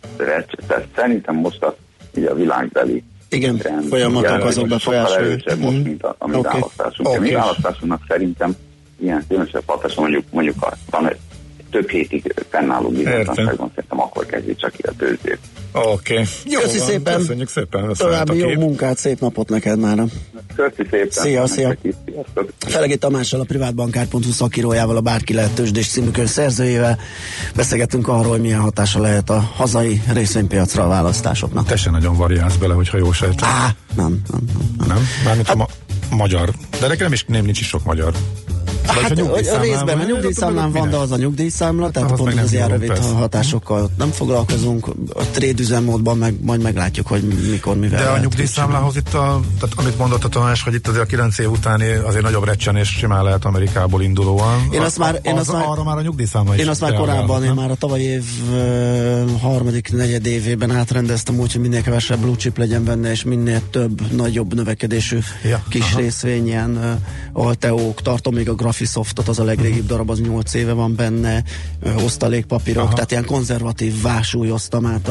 szerintem most így a világbeli
folyamatok azok
befolyásolják. Most, mint a mi választásunk. A mi választásunknak szerintem ilyen különösebb hatása, mondjuk van egy több hétig fennálló bizonytalanságban, szerintem akkor kezdjük csak ki a tőzsdét.
Oké.
Köszi szépen.
Köszönjük szépen.
További jó munkát, szép napot neked mára.
Köszi szépen.
Szia. Felegi Tamással, a privátbankár.hu szakírójával, a Bárki Lehet tőzsdés című könyv szerzőjével beszélgettünk arról, hogy milyen hatása lehet a hazai részvénypiacra a választásoknak.
Te se nagyon variálsz bele, hogyha jó sejtem.
Nem.
Mármint a magyar. De nekem nincs is sok magyar.
Hát a részben a nyugdíjszámlán van, de az a nyugdíjszámla, tehát pont az ilyen rövid hatásokkal nem foglalkozunk. A trade üzemmódban majd meglátjuk, hogy mikor, mivel.
De a nyugdíjszámlához itt, tehát amit mondott a Tamás, hogy itt azért a 9 év utáni azért nagyobb recsenés simán lehet Amerikából indulóan. Arra már a nyugdíjszámla is.
Én azt már korábban, én már a tavalyi év harmadik, negyed évében átrendeztem úgy, hogy minél kevesebb blue chip legyen benne, és minél több, nagyobb növekedésű kis részvény, ilyen Alteók, tartom még a Graphisoftot, az a legrégibb darab, az 8 éve van benne, osztalékpapírok, tehát ilyen konzervatív vásúlyoztam át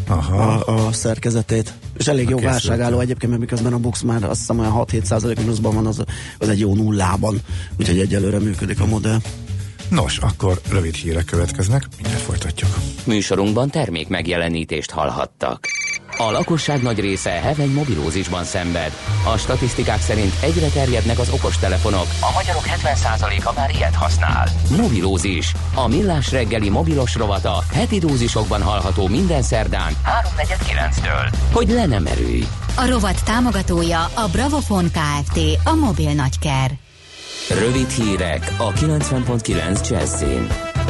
a szerkezetét. És elég jó válságálló egyébként, mert miközben a Bux már azt hiszem olyan 6-7% mínuszban van, az egy jó nullában, úgyhogy egyelőre működik a modell.
Nos, akkor rövid hírek következnek, mindjárt folytatjuk.
Műsorunkban termék megjelenítést hallhattak. A lakosság nagy része heveny mobilózisban szenved. A statisztikák szerint egyre terjednek az okostelefonok. A magyarok 70%-a már ilyet használ. Mobilózis. A Millás reggeli mobilos rovata heti dózisokban hallható minden szerdán 3:49-től. Hogy le nem erőj.
A rovat támogatója a Bravofon Kft. A mobil nagyker.
Rövid hírek a 90.9 Jazzin.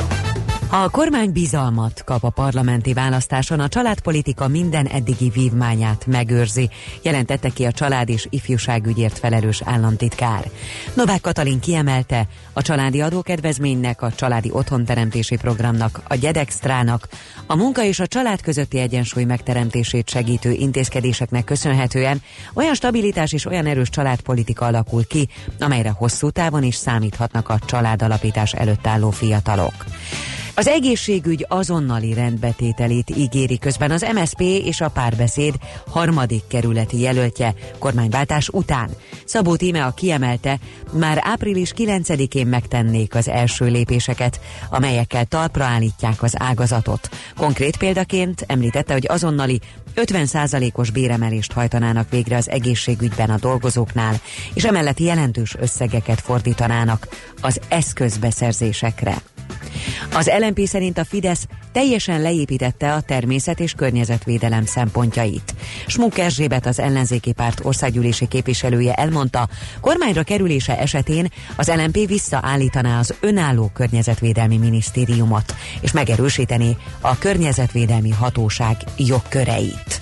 Ha a kormány bizalmat kap a parlamenti választáson, a családpolitika minden eddigi vívmányát megőrzi, jelentette ki a család- és ifjúságügyért felelős államtitkár. Novák Katalin kiemelte, a családi adókedvezménynek, a családi otthonteremtési programnak, a Gyedextrának, a munka és a család közötti egyensúly megteremtését segítő intézkedéseknek köszönhetően olyan stabilitás és olyan erős családpolitika alakul ki, amelyre hosszú távon is számíthatnak a családalapítás előtt álló fiatalok. Az egészségügy azonnali rendbetételét ígéri, közben az MSZP és a Párbeszéd harmadik kerületi jelöltje kormányváltás után. Szabó Tímea kiemelte, már április 9-én megtennék az első lépéseket, amelyekkel talpra állítják az ágazatot. Konkrét példaként említette, hogy azonnali 50%-os béremelést hajtanának végre az egészségügyben a dolgozóknál, és emellett jelentős összegeket fordítanának az eszközbeszerzésekre. Az LMP szerint a Fidesz teljesen leépítette a természet- és környezetvédelem szempontjait. Smuk Erzsébet, az ellenzéki párt országgyűlési képviselője elmondta, kormányra kerülése esetén az LMP visszaállítaná az önálló környezetvédelmi minisztériumot, és megerősítené a környezetvédelmi hatóság jogköreit.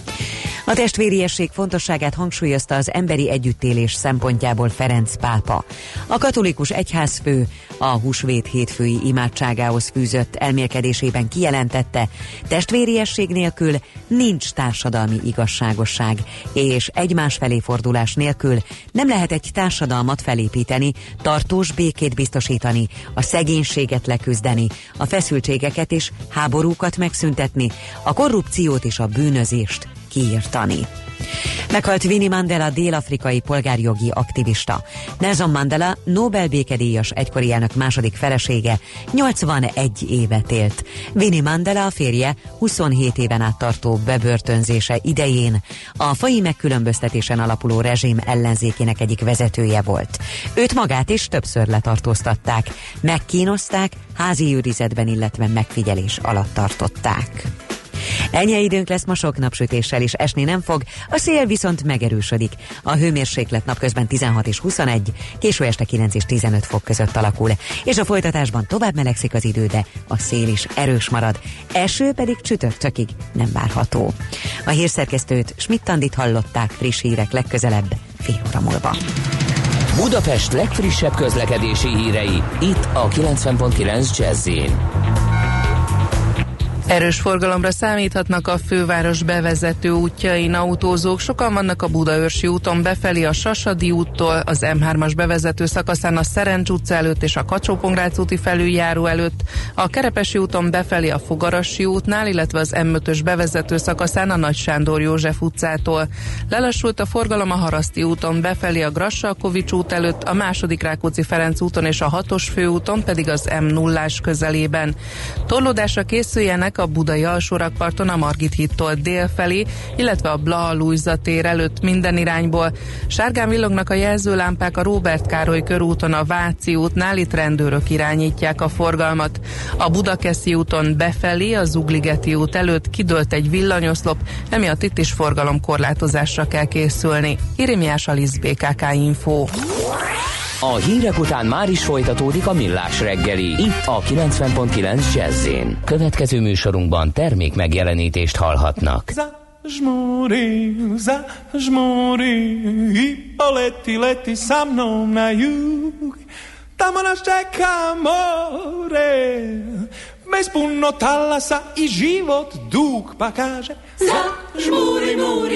A testvériesség fontosságát hangsúlyozta az emberi együttélés szempontjából Ferenc pápa. A katolikus egyházfő a húsvét hétfői imádságához fűzött elmélkedésében kijelentette, testvériesség nélkül nincs társadalmi igazságosság, és egymás felé fordulás nélkül nem lehet egy társadalmat felépíteni, tartós békét biztosítani, a szegénységet leküzdeni, a feszültségeket és háborúkat megszüntetni, a korrupciót és a bűnözést kiírtani. Meghalt Winnie Mandela, dél-afrikai polgárjogi aktivista. Nelson Mandela, Nobel békedíjas egykori elnök második felesége, 81 évet élt. Winnie Mandela, a férje 27 éven át tartó bebörtönzése idején a faji megkülönböztetésen alapuló rezsim ellenzékének egyik vezetője volt. Őt magát is többször letartóztatták, megkínozták, házi őrizetben, illetve megfigyelés alatt tartották. Ennyi időnk lesz ma, sok napsütéssel is, esni nem fog, a szél viszont megerősödik. A hőmérséklet napközben 16 és 21, késő este 9 és 15 fok között alakul, és a folytatásban tovább melegszik az idő, de a szél is erős marad. Eső pedig csütörtökig nem várható. A hírszerkesztőt, Schmidt-Tandit hallották, friss hírek legközelebb, fél óra múlva.
Budapest legfrissebb közlekedési hírei, itt a 90.9 Jazz-in.
Erős forgalomra számíthatnak a főváros bevezető útjain autózók. Sokan vannak a Budaörsi úton befelé a Sasadi úttól, az M3-as bevezető szakaszán a Szerencs utca előtt és a Kacsó-Pongrác úti felüljáró előtt, a Kerepesi úton befelé a Fogarassi útnál, illetve az M5-ös bevezető szakaszán a Nagy Sándor József utcától. Lelassult a forgalom a Haraszti úton befelé a Grassalkovics út előtt, a második Rákóczi-Ferenc úton és a 6-os főúton pedig az M0-ás közelében. Torlódásra készüljenek a budai alsórakparton a Margit hídtól dél felé, illetve a Blaha Lujza tér előtt minden irányból. Sárgán villognak a jelzőlámpák a Róbert Károly körúton a Váci útnál, itt rendőrök irányítják a forgalmat. A Budakeszi úton befelé a Zugligeti út előtt kidőlt egy villanyoszlop, emiatt itt is forgalomkorlátozásra kell készülni. Irimiás Alisz, BKK Info.
A hírek után már is folytatódik a Millás reggeli, itt a 90.9 Jazz-in. Következő műsorunkban termék megjelenítést hallhatnak.
Zažmuri, poleti sa mnou na jug, tamo nás čeká more, bez puno talasa i život dug, pa kaže zažmuri,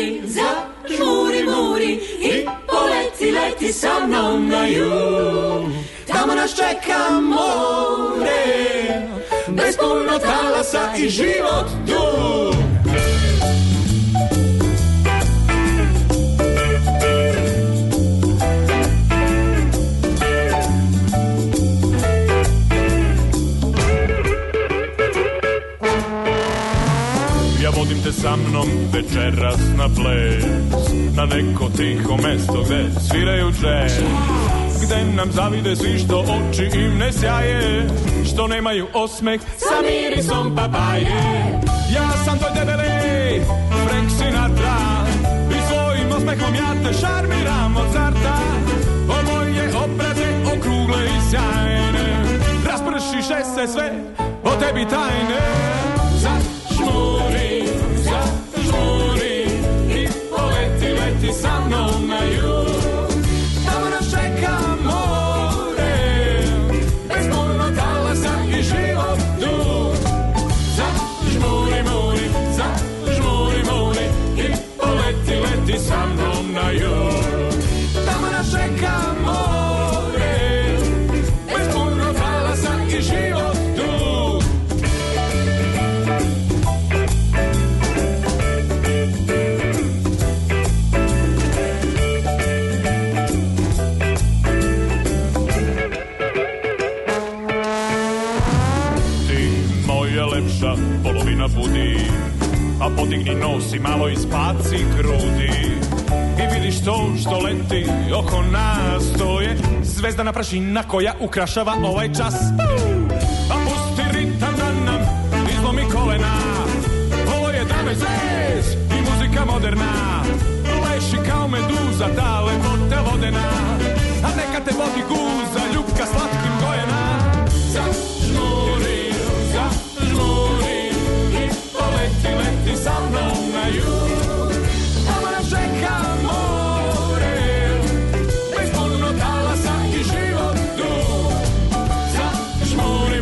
i poleti sa mnou na jug, tamo nás čeká more, bez puno talasa i život dug. Ja vodim te sa mnom večeras na ples, na neko tiho mesto gde sviraju džez, gde nam zavide svi što oči im ne sjaje, što nemaju osmeh sa mirisom papaje. Ja sam tvoj debeli Frank Sinatra i svojim osmehom ja te šarmiram od starta. O moje obraze okrugle i sjajne, raspršiše se sve o tebi tajne. Zažmuri i poleti sa mnom na jug, tamo nas čeka more, bez puno talasa i život dug. Zažmuri i poleti sa mnom na jug, tamo nas čeka more, bez puno talasa i život dug. Polovina budi, a podigni nos i malo ispaci grudi i vidiš to što leti oko nas, to je zvezdana prašina koja ukrašava ovaj čas. A pusti ritam da nam izlomi kolena, ovo je dame zez i muzika moderna, leši kao meduza ta lepota vodena, a neka te vodi guza ljubka slatkim gojena. Zažmuri leti sa mnom na jug, tamo nas čeka more, bez puno talasa i život dug. Zažmuri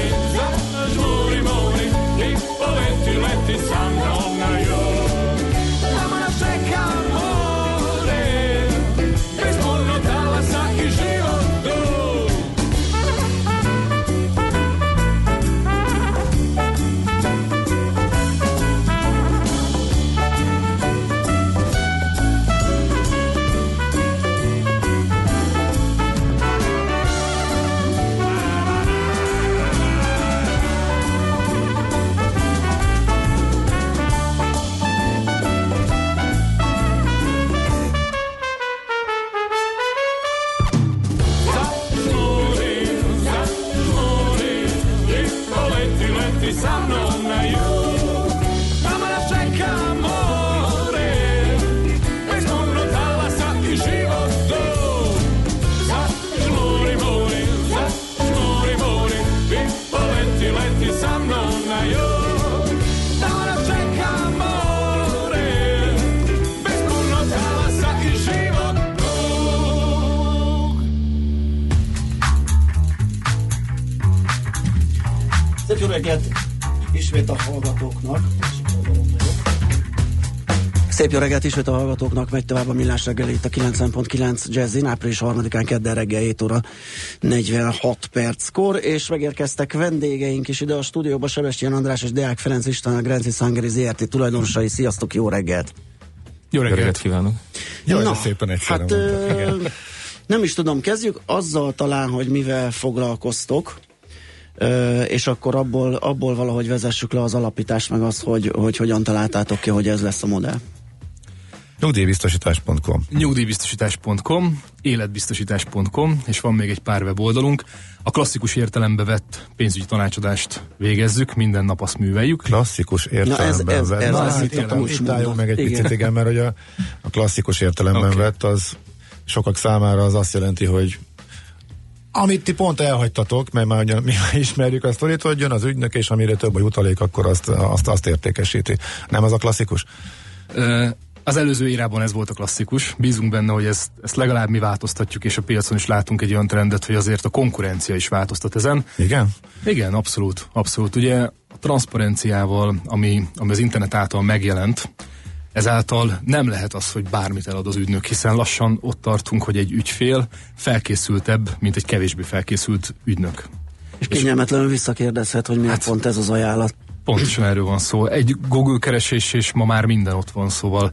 i poleti sa mnom na jug, tamo nas čeka more, bez puno talasa
Szép jó reggelt ismét a hallgatóknak. Szép jó reggelt ismét a hallgatóknak, megy tovább a Millás reggel itt a 90.9 Jazzin, április 3-án kedden reggel 7 óra 46 perckor, és megérkeztek vendégeink is ide a stúdióba, Sebestyén András és Deák Ferenc István, a Grenci Szangeri ZRT tulajdonosai. Sziasztok, jó reggelt!
Jó reggelt kívánok! Jó,
na,
szépen egyszerűen
hát nem is tudom, kezdjük azzal talán, hogy mivel foglalkoztok, és akkor abból valahogy vezessük le az alapítást, meg azt, hogy hogyan találtátok ki, hogy ez lesz a modell.
Nyugdíjbiztosítás.com, életbiztosítás.com, és van még egy pár weboldalunk. A klasszikus értelembe vett pénzügyi tanácsadást végezzük, minden nap azt műveljük.
Klasszikus értelemben vett. Itt álljunk meg egy picit, igen, mert hogy a klasszikus értelemben vett, az sokak számára az azt jelenti, hogy amit ti pont elhagytatok, mert már mi ismerjük a sztorit, hogy jön az ügynök, és amire több a jutalék, akkor azt értékesíti. Nem az a klasszikus?
Az előző érában ez volt a klasszikus. Bízunk benne, hogy ezt legalább mi változtatjuk, és a piacon is látunk egy olyan trendet, hogy azért a konkurencia is változtat ezen.
Igen?
Igen, abszolút. Abszolút. Ugye a transzparenciával, ami az internet által megjelent, ezáltal nem lehet az, hogy bármit elad az ügynök, hiszen lassan ott tartunk, hogy egy ügyfél felkészültebb, mint egy kevésbé felkészült ügynök.
És kényelmetlenül visszakérdezhet, hogy miért pont ez az ajánlat.
Pontosan erről van szó. Egy Google keresés, és ma már minden ott van, szóval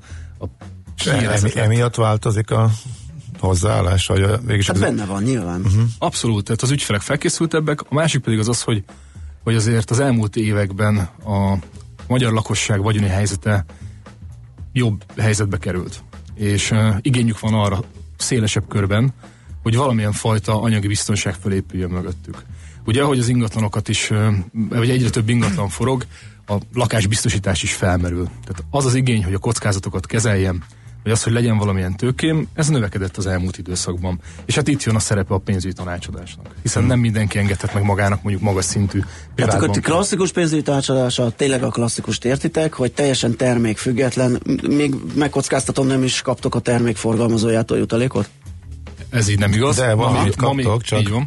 emiatt változik a hozzáállás?
Hát benne van, nyilván.
Abszolút, tehát az ügyfelek felkészültebbek, a másik pedig az, hogy azért az elmúlt években a magyar lakosság vagyoni helyzete jobb helyzetbe került. És igényük van arra szélesebb körben, hogy valamilyen fajta anyagi biztonság fölépüljön mögöttük. Ugye, ahogy az ingatlanokat is, vagy egyre több ingatlan forog, a lakásbiztosítás is felmerül. Tehát az az igény, hogy a kockázatokat kezeljem, vagy az, hogy legyen valamilyen tőkém, ez növekedett az elmúlt időszakban. És hát itt jön a szerepe a pénzügyi tanácsadásnak. Hiszen nem mindenki engedhet meg magának mondjuk magas szintű
privát bankot. Hát akkor klasszikus pénzügyi tanácsadása, tényleg a klasszikust értitek, hogy teljesen termékfüggetlen, még megkockáztatom, nem is kaptok a termékforgalmazójától jutalékot?
Ez így nem igaz.
De valamit kaptok, csak...
Így van.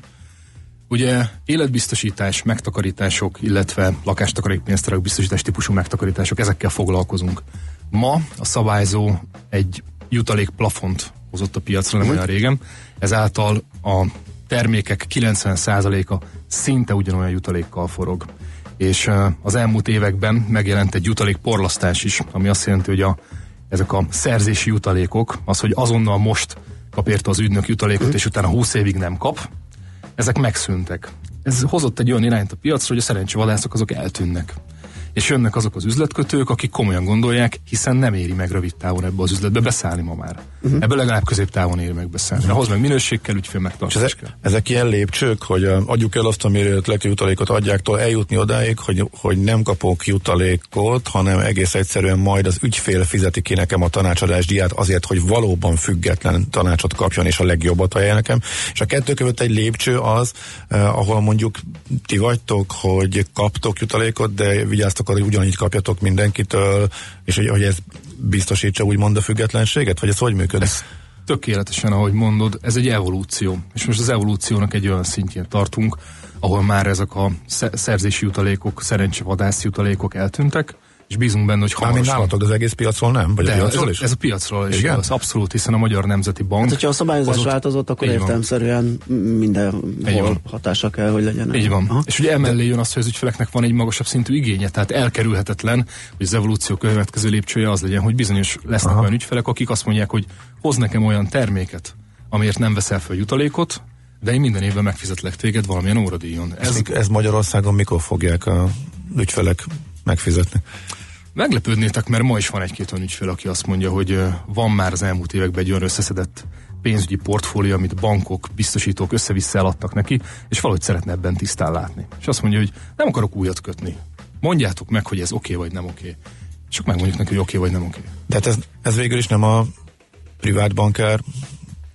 Ugye életbiztosítás, megtakarítások, illetve lakástakarékpénztárak biztosítás típusú megtakarítások, ezekkel foglalkozunk. Ma a szabályzó egy jutalék plafont hozott a piacra nem olyan régen, ezáltal a termékek 90%-a szinte ugyanolyan jutalékkal forog. És az elmúlt években megjelent egy jutalékporlasztás is, ami azt jelenti, hogy ezek a szerzési jutalékok, az, hogy azonnal most kap érte az ügynök jutalékot, és utána 20 évig nem kap, ezek megszűntek. Ez hozott egy olyan irányt a piacra, hogy a szerencsevadászok azok eltűnnek. És jönnek azok az üzletkötők, akik komolyan gondolják, hiszen nem éri meg rövid távon ebbe az üzletbe beszállni ma már. Ebből legalább középtávon éri meg beszállni. Ahhoz meg minőség kell, ügyfél megtartás kell.
Ezek ilyen lépcsők, hogy adjuk el azt, amire jutalékot adjáktól eljutni odáig, hogy nem kapok jutalékot, hanem egész egyszerűen majd az ügyfél fizeti ki nekem a tanácsadás díját azért, hogy valóban független tanácsot kapjon és a legjobbat ajánl nekem. És a kettő között egy lépcső az, ahol mondjuk ti vagytok, hogy kaptok jutalékot, de vigyáztok, hogy ugyanígy kapjatok mindenkitől, és hogy ez biztosítsa úgymond a függetlenséget? Vagy ez hogy működik?
Ez tökéletesen, ahogy mondod, ez egy evolúció. És most az evolúciónak egy olyan szintjén tartunk, ahol már ezek a szerzési jutalékok, szerencsevadász jutalékok eltűntek, és bízunk benne, hogy hamarosan...
nálatok az egész piacról nem? Vagy
de
a piacról
ez a piacról is igaz, abszolút, hiszen a Magyar Nemzeti Bank...
Hát, hogyha a szabályozás változott, akkor értelemszerűen mindenhol hatása kell, hogy legyen.
Így van. Aha. És ugye emellé jön az, hogy az ügyfeleknek van egy magasabb szintű igénye, tehát elkerülhetetlen, hogy az evolúció következő lépcsője az legyen, hogy bizonyos lesznek olyan ügyfelek, akik azt mondják, hogy hoz nekem olyan terméket, amiért nem veszel fel jutalékot, de én minden évben megfizetlek téged valamilyen óradíjon.
Ez Magyarországon mikor fogják a ügyfelek megfizetni?
Meglepődnétek, mert ma is van egy-két olyan ügyfél, aki azt mondja, hogy van már az elmúlt években egy olyan összeszedett pénzügyi portfólió, amit bankok, biztosítók össze-vissza eladtak neki, és valahogy szeretne ebben tisztán látni. És azt mondja, hogy nem akarok újat kötni. Mondjátok meg, hogy ez oké vagy nem oké. Csak megmondjuk neki, hogy oké vagy nem oké.
De hát ez végül is nem a privát bankár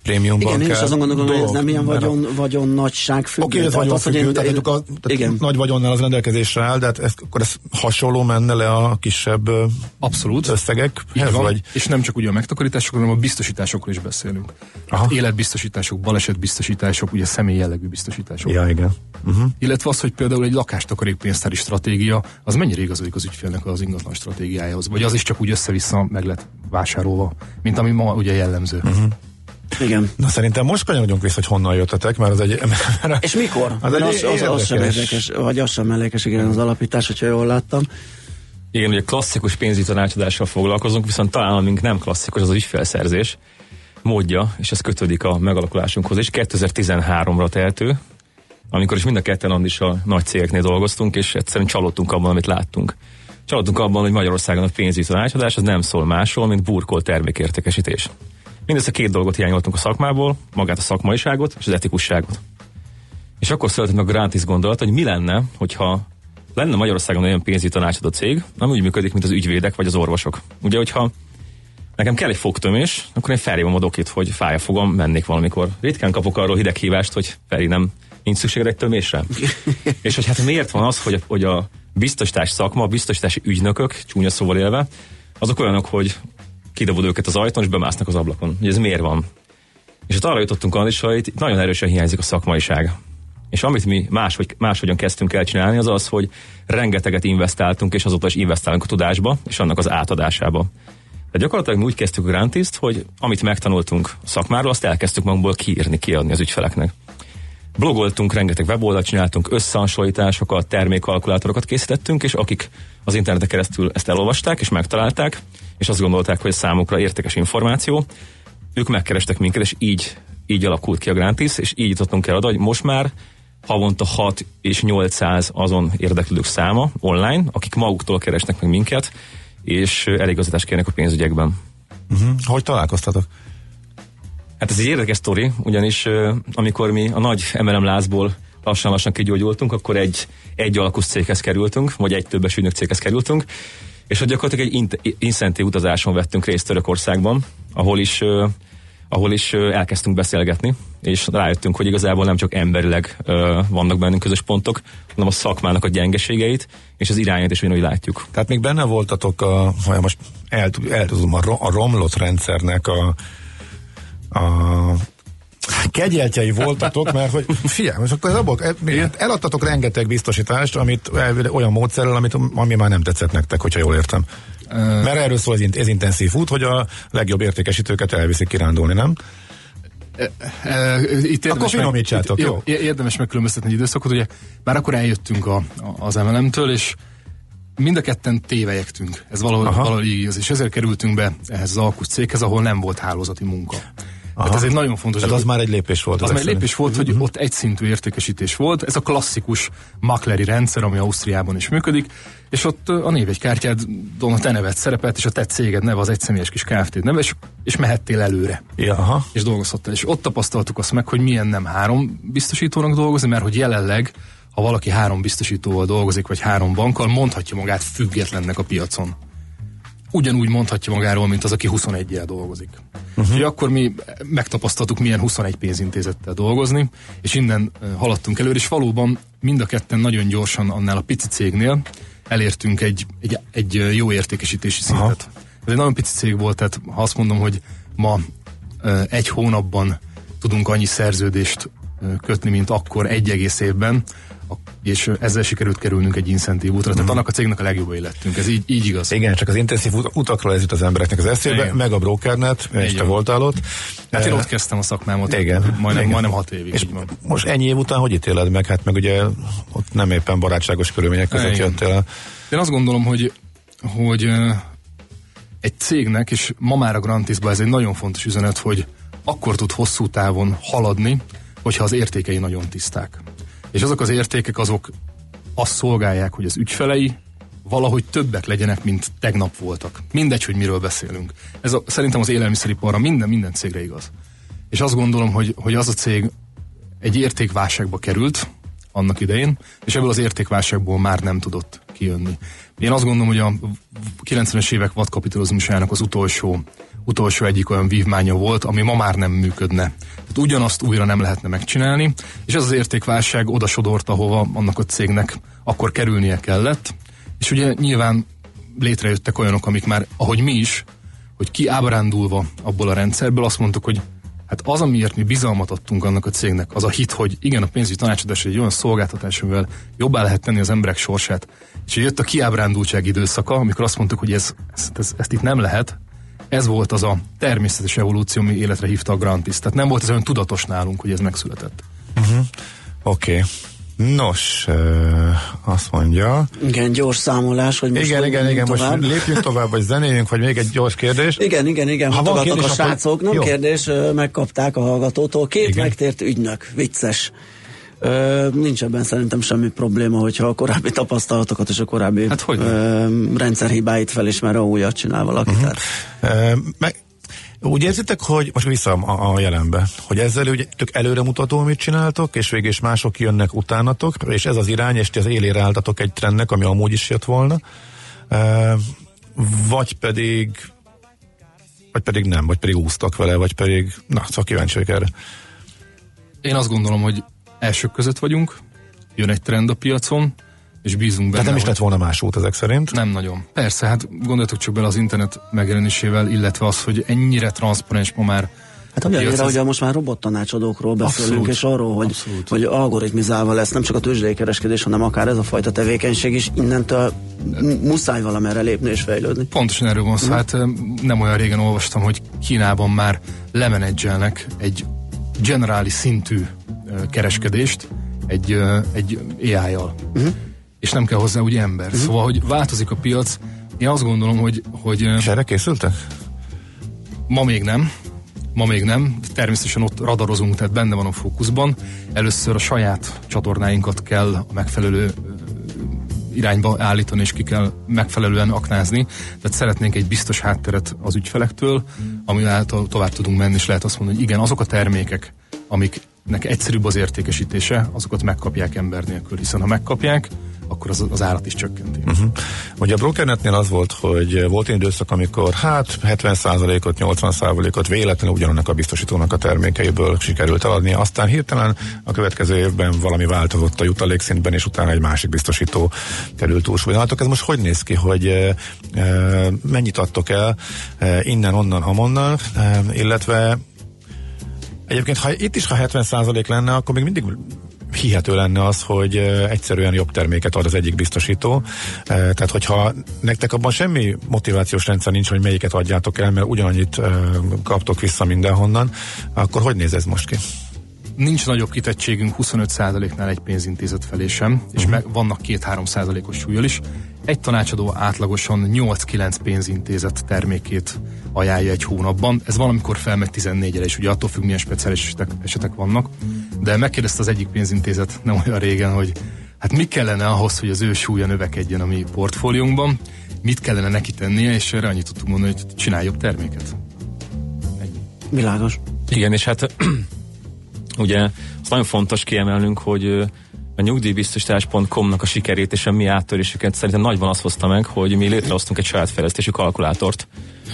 prémium
igen,
bankár.
Igen, én is azon gondolom, hogy ez nem ilyen vagyon nagyság függő.
Oké, ez vagyon függő, tehát nagy vagyonnál az rendelkezésre áll, de hát akkor ez hasonló menne le a kisebb
abszolút
összegekhez, vagy?
És nem csak ugye a megtakarításokról, hanem a biztosításokról is beszélünk. Hát életbiztosítások, balesetbiztosítások, ugye személy jellegű biztosítások.
Ja, igen.
Illetve az, hogy például egy lakástakarékpénztári stratégia, az mennyire igazodik az ügyfélnek az ingatlan stratégiájához, vagy az is csak úgy össze-vissza meg lett vásárolva, mint ami ma ugye jellemző.
Igen.
Na szerintem most kanyarodjunk vissza, hogy honnan jöttetek, mert az egy...
És mikor? Az sem érdekes, vagy az sem mellékes, igen, az alapítás, hogyha jól láttam.
Igen, ugye klasszikus pénzügyi tanácsadással foglalkozunk, viszont talán amink nem klasszikus, az az ügyfélszerzés módja, és ez kötődik a megalakulásunkhoz is. 2013-ra tehető, amikor is mind a ketten Andis a nagy cégeknél dolgoztunk, és egyszerűen csalódtunk abban, amit láttunk. Csalódtunk abban, hogy Magyarországon a pénzügyi tanácsadás az nem szól másról, mint burkolt termékértékesítés. Mindössze két dolgot hiányoltunk a szakmából, magát a szakmaiságot és az etikusságot. És akkor született meg a Grantis gondolat, hogy mi lenne, hogyha lenne Magyarországon olyan pénzügyi tanácsadó cég, ami úgy működik, mint az ügyvédek vagy az orvosok. Ugye, hogyha nekem kell egy fogtömés, akkor én felhívom a dokit, hogy fáj a fogam, mennék valamikor. Ritkán kapok arról hideghívást, hogy Feri, nincs szükséged egy tömésre. És hogy hát miért van az, hogy a biztosítás szakma, a biztosítási ügynökök, csúnya szóval élve, azok olyanok, hogy kidobod őket az ajtón, és bemásznak az ablakon. Ugye ez miért van? És ott arra jutottunk is, hogy itt nagyon erősen hiányzik a szakmaiság. És amit mi máshogyan kezdtünk el csinálni, az az, hogy rengeteget investáltunk, és azóta is investálunk a tudásba, és annak az átadásába. De gyakorlatilag mi úgy kezdtük a Grantist, hogy amit megtanultunk a szakmáról, azt elkezdtük magunkból kiírni, kiadni az ügyfeleknek. Blogoltunk, rengeteg weboldalt csináltunk, összehasonlításokat, termékkalkulátorokat készítettünk, és akik az interneten keresztül ezt elolvasták és megtalálták, és azt gondolták, hogy számukra értékes információ, ők megkerestek minket, és így alakult ki a Grantis, és így jutottunk el oda, hogy most már havonta 6 és 800 azon érdeklődők száma online, akik maguktól keresnek meg minket, és eligazítást kérnek a pénzügyekben.
Hogy találkoztatok?
Hát ez egy érdekes sztori, ugyanis amikor mi a nagy MLM lázból lassan kigyógyultunk, akkor egy alkus céghez kerültünk, vagy egy többes ügynök céghez kerültünk, és hogy gyakorlatilag egy incentív utazáson vettünk részt Törökországban, ahol is elkezdtünk beszélgetni, és rájöttünk, hogy igazából nem csak emberileg vannak bennünk közös pontok, hanem a szakmának a gyengeségeit, és az irányát is ugyanúgy látjuk.
Tehát még benne voltatok most eltudom, a romlott rendszernek a kegyeltjei voltatok, mert hogy figyelj, most akkor eladtatok rengeteg biztosítást, amit olyan módszerrel, ami már nem tetszett nektek, hogyha jól értem. Mert erről szól ez intenzív út, hogy a legjobb értékesítőket elviszik kirándulni, nem?
Akkor
finomítsátok, jó?
Érdemes megkülönböztetni egy időszakot, ugye már akkor eljöttünk az MLM-től, és mind a ketten tévejegtünk. Ez valahol így igaz, és ezért kerültünk be ehhez az alkus céghez, ahol nem volt hálózati munka. Hát ez egy nagyon fontos.
Tehát az már egy lépés volt.
Az már egy lépés volt, hogy ott egyszintű értékesítés volt. Ez a klasszikus makleri rendszer, ami Ausztriában is működik, és ott a névjegykártyádon a te neved szerepelt, és a te céged neve az egyszemélyes kis Kft. neve, és mehettél előre.
Jaha.
És dolgozhattál. És ott tapasztaltuk azt meg, hogy milyen nem 3 biztosítónak dolgozni, mert hogy jelenleg, ha valaki 3 biztosítóval dolgozik, vagy 3 bankkal, mondhatja magát függetlennek a piacon. Ugyanúgy mondhatja magáról, mint az, aki 21-jel dolgozik. Úgyhogy akkor mi megtapasztaltuk, milyen 21 pénzintézettel dolgozni, és innen haladtunk előre, és valóban mind a ketten nagyon gyorsan annál a pici cégnél elértünk egy jó értékesítési szintet. Ez egy nagyon pici cég volt, tehát ha azt mondom, hogy ma 1 hónapban tudunk annyi szerződést kötni, mint akkor 1 egész évben, és ezzel sikerült kerülnünk egy incentív útra, tehát annak a cégnek a legjobbai lettünk, ez így igaz.
Igen, csak az intenzív utakról ez jut az embereknek az eszébe, igen. Meg a Brokernet, és te voltál ott.
Hát én ott kezdtem a szakmámat,
igen,
majdnem 6 évig.
És most ennyi év után hogy ítéled meg? Hát meg ugye ott nem éppen barátságos körülmények között jöttél.
Én azt gondolom, hogy egy cégnek, és ma már a Grantisban ez egy nagyon fontos üzenet, hogy akkor tud hosszú távon haladni, hogyha az értékei nagyon tiszták. És azok az értékek azok azt szolgálják, hogy az ügyfelei valahogy többek legyenek, mint tegnap voltak. Mindegy, hogy miről beszélünk. Ez szerintem az élelmiszeriparra minden cégre igaz. És azt gondolom, hogy az a cég egy értékválságba került annak idején, és ebből az értékválságból már nem tudott kijönni. Én azt gondolom, hogy a 90-es évek vadkapitalizmusának az utolsó egyik olyan vívmánya volt, ami ma már nem működne. Tehát ugyanazt újra nem lehetne megcsinálni, és ez az értékválság oda sodort, ahova annak a cégnek akkor kerülnie kellett, és ugye nyilván létrejöttek olyanok, amik már, ahogy mi is, hogy kiábrándulva abból a rendszerből azt mondtuk, hogy hát az, amiért mi bizalmat adtunk annak a cégnek, az a hit, hogy igen, a pénzügyi tanácsadás egy olyan szolgáltatás, amivel jobbá lehet tenni az emberek sorsát. És jött a kiábrándultság időszaka, amikor azt mondtuk, hogy ezt itt nem lehet. Ez volt az a természetes evolúció, ami életre hívta a Grantis. Tehát nem volt ez olyan tudatos nálunk, hogy ez megszületett.
Oké. Nos, azt mondja.
Igen, gyors számolás, hogy most
igen, most lépjünk tovább, vagy zenéljünk, vagy még egy gyors kérdés.
Igen, mutogatnak a srácok, nem jó. Kérdés, megkapták a hallgatótól. 2 megtért ügynök, vicces. Nincs ebben szerintem semmi probléma, hogyha a korábbi tapasztalatokat és a korábbi rendszerhibáit felismerve újat csinál valaki.
Úgy érzitek, hogy most vissza a jelenbe, hogy ezzel ugye tök előremutató, amit csináltok, és végül is mások jönnek utánatok, és ez az irány, és ti az élére álltatok egy trendnek, ami amúgy is jött volna, vagy pedig nem, vagy pedig úsztak vele, vagy pedig, szóval kíváncsi vagyok erre.
Én azt gondolom, hogy elsők között vagyunk, jön egy trend a piacon, és bízunk benne.
Tehát nem is lett volna más út ezek szerint?
Nem nagyon. Persze, hát gondoltuk csak bele az internet megjelenésével, illetve az, hogy ennyire transzparens ma már.
Hát annyira, hogy most már robottanácsadókról beszélünk, és arról, hogy algoritmizálva lesz nem csak a tőzsdei kereskedés, hanem akár ez a fajta tevékenység is, innentől muszáj valamerre lépni és fejlődni.
Pontosan erről van szó. Hát nem olyan régen olvastam, hogy Kínában már lemenedzselnek egy generális szintű kereskedést egy AI-jal. És nem kell hozzá úgy ember. Szóval, hogy változik a piac, én azt gondolom, hogy
és erre készültek?
Ma még nem. Természetesen ott radarozunk, tehát benne van a fókuszban. Először a saját csatornáinkat kell a megfelelő irányba állítani, és ki kell megfelelően aknázni. Tehát szeretnénk egy biztos hátteret az ügyfelektől, ami által tovább tudunk menni, és lehet azt mondani, hogy igen, azok a termékek, amiknek egyszerűbb az értékesítése, azokat megkapják ember nélkül, hiszen ha megkapják, akkor az árat is csökkenti.
Ugye a Brokernetnél az volt, hogy volt egy időszak, amikor 70%-ot, 80%-ot véletlenül ugyanannak a biztosítónak a termékeiből sikerült eladni, aztán hirtelen a következő évben valami változott a jutalékszintben, és utána egy másik biztosító került túlsúlynálatok. Ez most hogy néz ki, hogy mennyit adtok el innen, onnan, amonnan, illetve egyébként, ha itt is 70% lenne, akkor még mindig hihető lenne az, hogy egyszerűen jobb terméket ad az egyik biztosító. Tehát, hogyha nektek abban semmi motivációs rendszer nincs, hogy melyiket adjátok el, mert ugyanannyit kaptok vissza mindenhonnan, akkor hogy néz ez most ki?
Nincs nagyobb kitettségünk 25%-nál egy pénzintézet felé sem, és vannak 2-3%-os súlyjal is. Egy tanácsadó átlagosan 8-9 pénzintézet termékét ajánlja egy hónapban. Ez valamikor felmegy 14-re, és ugye attól függ, milyen speciális esetek vannak. De megkérdezte az egyik pénzintézet nem olyan régen, hogy hát mi kellene ahhoz, hogy az ő súlya növekedjen a mi portfóliónkban, mit kellene neki tennie, és erre annyit tudtuk mondani, hogy csinálj jobb terméket. Ennyi.
Világos.
Igen, és hát ugye az nagyon fontos kiemelnünk, hogy a nyugdíjbiztosítás.com-nak a sikerét és a mi áttörésüket szerintem nagyban azt hozta meg, hogy mi létrehoztunk egy saját fejlesztésű kalkulátort,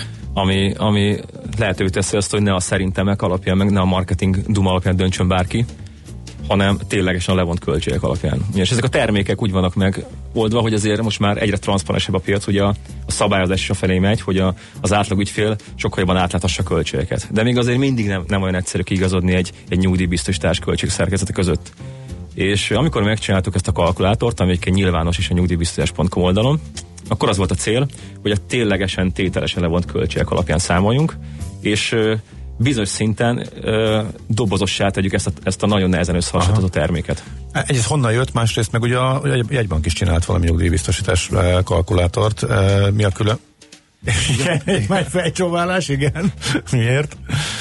ami lehetővé teszi azt, hogy ne a szerintemek alapján, meg ne a marketing duma alapján döntsön bárki, hanem ténylegesen a levont költségek alapján. És ezek a termékek úgy vannak megoldva, hogy azért most már egyre transzparensebb a piac, ugye a szabályozás is a felé megy, hogy az átlag ügyfél sokkal jobban átláthassa a költségeket. De még azért mindig nem olyan egyszerű kiigazodni egy nyugdíjbiztosítás költségszerkezete között. És amikor megcsináltuk ezt a kalkulátort, ami egyébként nyilvános is a nyugdíjbiztosítás.com oldalon, akkor az volt a cél, hogy a ténylegesen tételesen levont költségek alapján számoljunk, és bizonyos szinten dobozossá tegyük ezt a nagyon nehezen összehasonlítható terméket.
Egyrészt honnan jött, másrészt meg ugye a jegybank is csinált valami nyugdíjbiztosítás kalkulátort. Mi a külön? Igen, egy fejcsóválás, igen. Miért?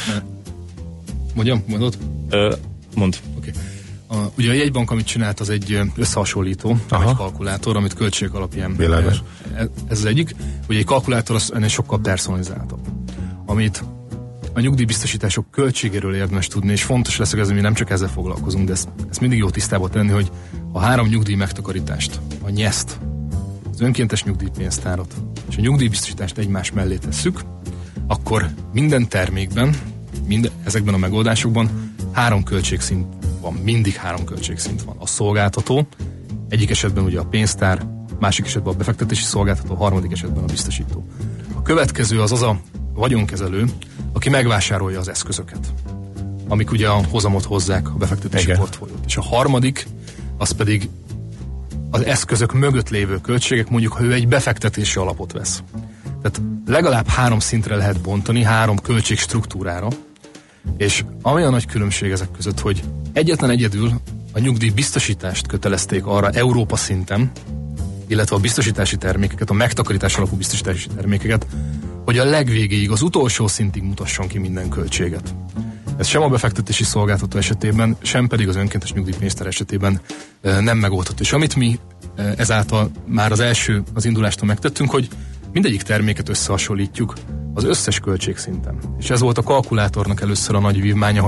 Mondod?
Mond.
Oké. Ugye a jegybank, amit csinált, az egy összehasonlító, egy kalkulátor, amit költségek alapján.
Világos.
Ez az egyik. Ugye egy kalkulátor az ennél sokkal personalizáltabb. Amit a nyugdíjbiztosítások költségéről érdemes tudni, és fontos leszögezni, mi nem csak ezzel foglalkozunk, de ezt mindig jó tisztába tenni, hogy a 3 nyugdíj megtakarítást, a nyeszt az önkéntes nyugdíjpénztárat és a nyugdíjbiztosítást egymás mellé tesszük, akkor minden termékben, ezekben a megoldásokban 3 költségszint van, mindig 3 költségszint van. A szolgáltató, egyik esetben ugye a pénztár, másik esetben a befektetési szolgáltató, harmadik esetben a biztosító. A következő az a vagyonkezelő, aki megvásárolja az eszközöket, amik ugye a hozamot hozzák, a befektetési portfóliót. És a harmadik, az pedig az eszközök mögött lévő költségek, mondjuk, ha ő egy befektetési alapot vesz. Tehát legalább 3 szintre lehet bontani, 3 költségstruktúrára, és ami a nagy különbség ezek között, hogy egyedül a nyugdíjbiztosítást kötelezték arra Európa szinten, illetve a biztosítási termékeket, a megtakarítás alapú biztosítási termékeket, hogy a legvégéig, az utolsó szintig mutasson ki minden költséget. Ez sem a befektetési szolgáltató esetében, sem pedig az önkéntes nyugdíjpénztár esetében nem megoldható. És amit mi ezáltal már az indulástól megtettünk, hogy mindegyik terméket összehasonlítjuk az összes költségszinten. És ez volt a kalkulátornak először a nagy vívmánya,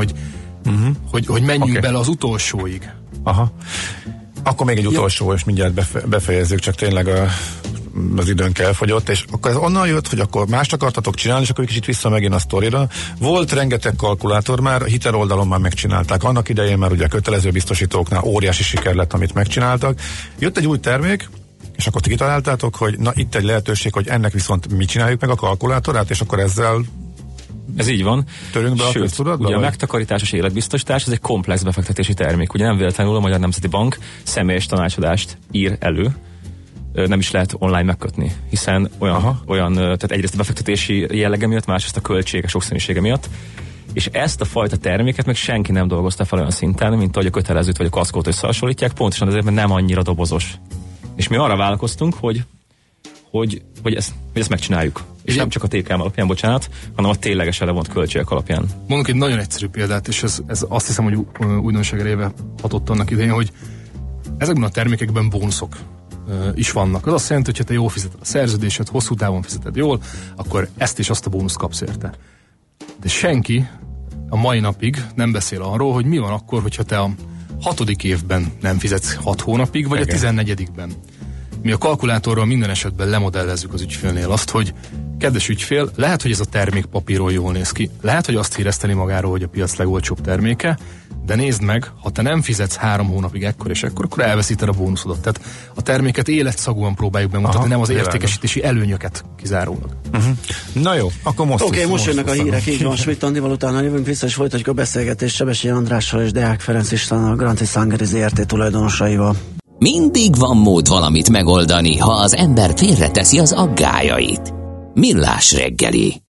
hogy menjünk bele az utolsóig.
Aha. Akkor még egy utolsó, és mindjárt befejezzük, csak tényleg az időnk elfogyott, és akkor ez onnan jött, hogy akkor mást akartatok csinálni, és akkor egy kicsit vissza megint a sztorira. Volt rengeteg kalkulátor már, a hitel oldalon már megcsinálták. Annak idején már ugye a kötelező biztosítóknál óriási siker lett, amit megcsináltak. Jött egy új termék, és akkor ti kitaláltátok, hogy na itt egy lehetőség, hogy ennek viszont mi csináljuk meg a kalkulátorát, és akkor ezzel
ez így van.
Törünk be.
Sőt, ugye a megtakarításos életbiztosítás, ez egy komplex befektetési termék. Ugye nem véletlenül a Magyar Nemzeti Bank személyes tanácsadást ír elő, nem is lehet online megkötni, hiszen olyan tehát egyrészt a befektetési jellege miatt, másrészt a költsége sokszínűsége miatt, és ezt a fajta terméket meg senki nem dolgozta fel olyan szinten, mint ahogy a kötelezőt vagy a kaszkót összehasonlítják, pontosan azért, mert nem annyira dobozos. És mi arra vállalkoztunk, hogy ezt megcsináljuk. És nem csak a TKM alapján, bocsánat, hanem a tényleges elevont költségek alapján.
Mondok egy nagyon egyszerű példát, és ez azt hiszem, hogy újdonságra éve hatott annak idején, hogy ezekben a termékekben bónuszok is vannak. Az azt jelenti, hogy ha te jól fizeted a szerződésed, hosszú távon fizeted jól, akkor ezt és azt a bónuszt kapsz érte. De senki a mai napig nem beszél arról, hogy mi van akkor, hogyha te a 6. évben nem fizetsz 6 hónapig, vagy a 14-ben. Mi a kalkulátorral minden esetben lemodellezzük az ügyfélnél azt, hogy kedves ügyfél, lehet, hogy ez a termék papíról jól néz ki, lehet, hogy azt híreszteni magáról, hogy a piac legolcsóbb terméke, de nézd meg, ha te nem fizetsz 3 hónapig ekkor és ekkor, akkor elveszíted a bónuszodat. Tehát a terméket életszagúan próbáljuk bemutatni, nem az értékesítési előnyöket kizárólag.
Na jó, akkor
most jönnek a hírek, így van, Schmidt Andival, utána jövünk vissza, és folytatjuk a beszélgetést Sebessy Andrással és Deák Ferenc István, a Grandi Sangeri ZRT tulajdonosaival.
Mindig van mód valamit megoldani, ha az ember félreteszi az aggályait. Millás reggeli.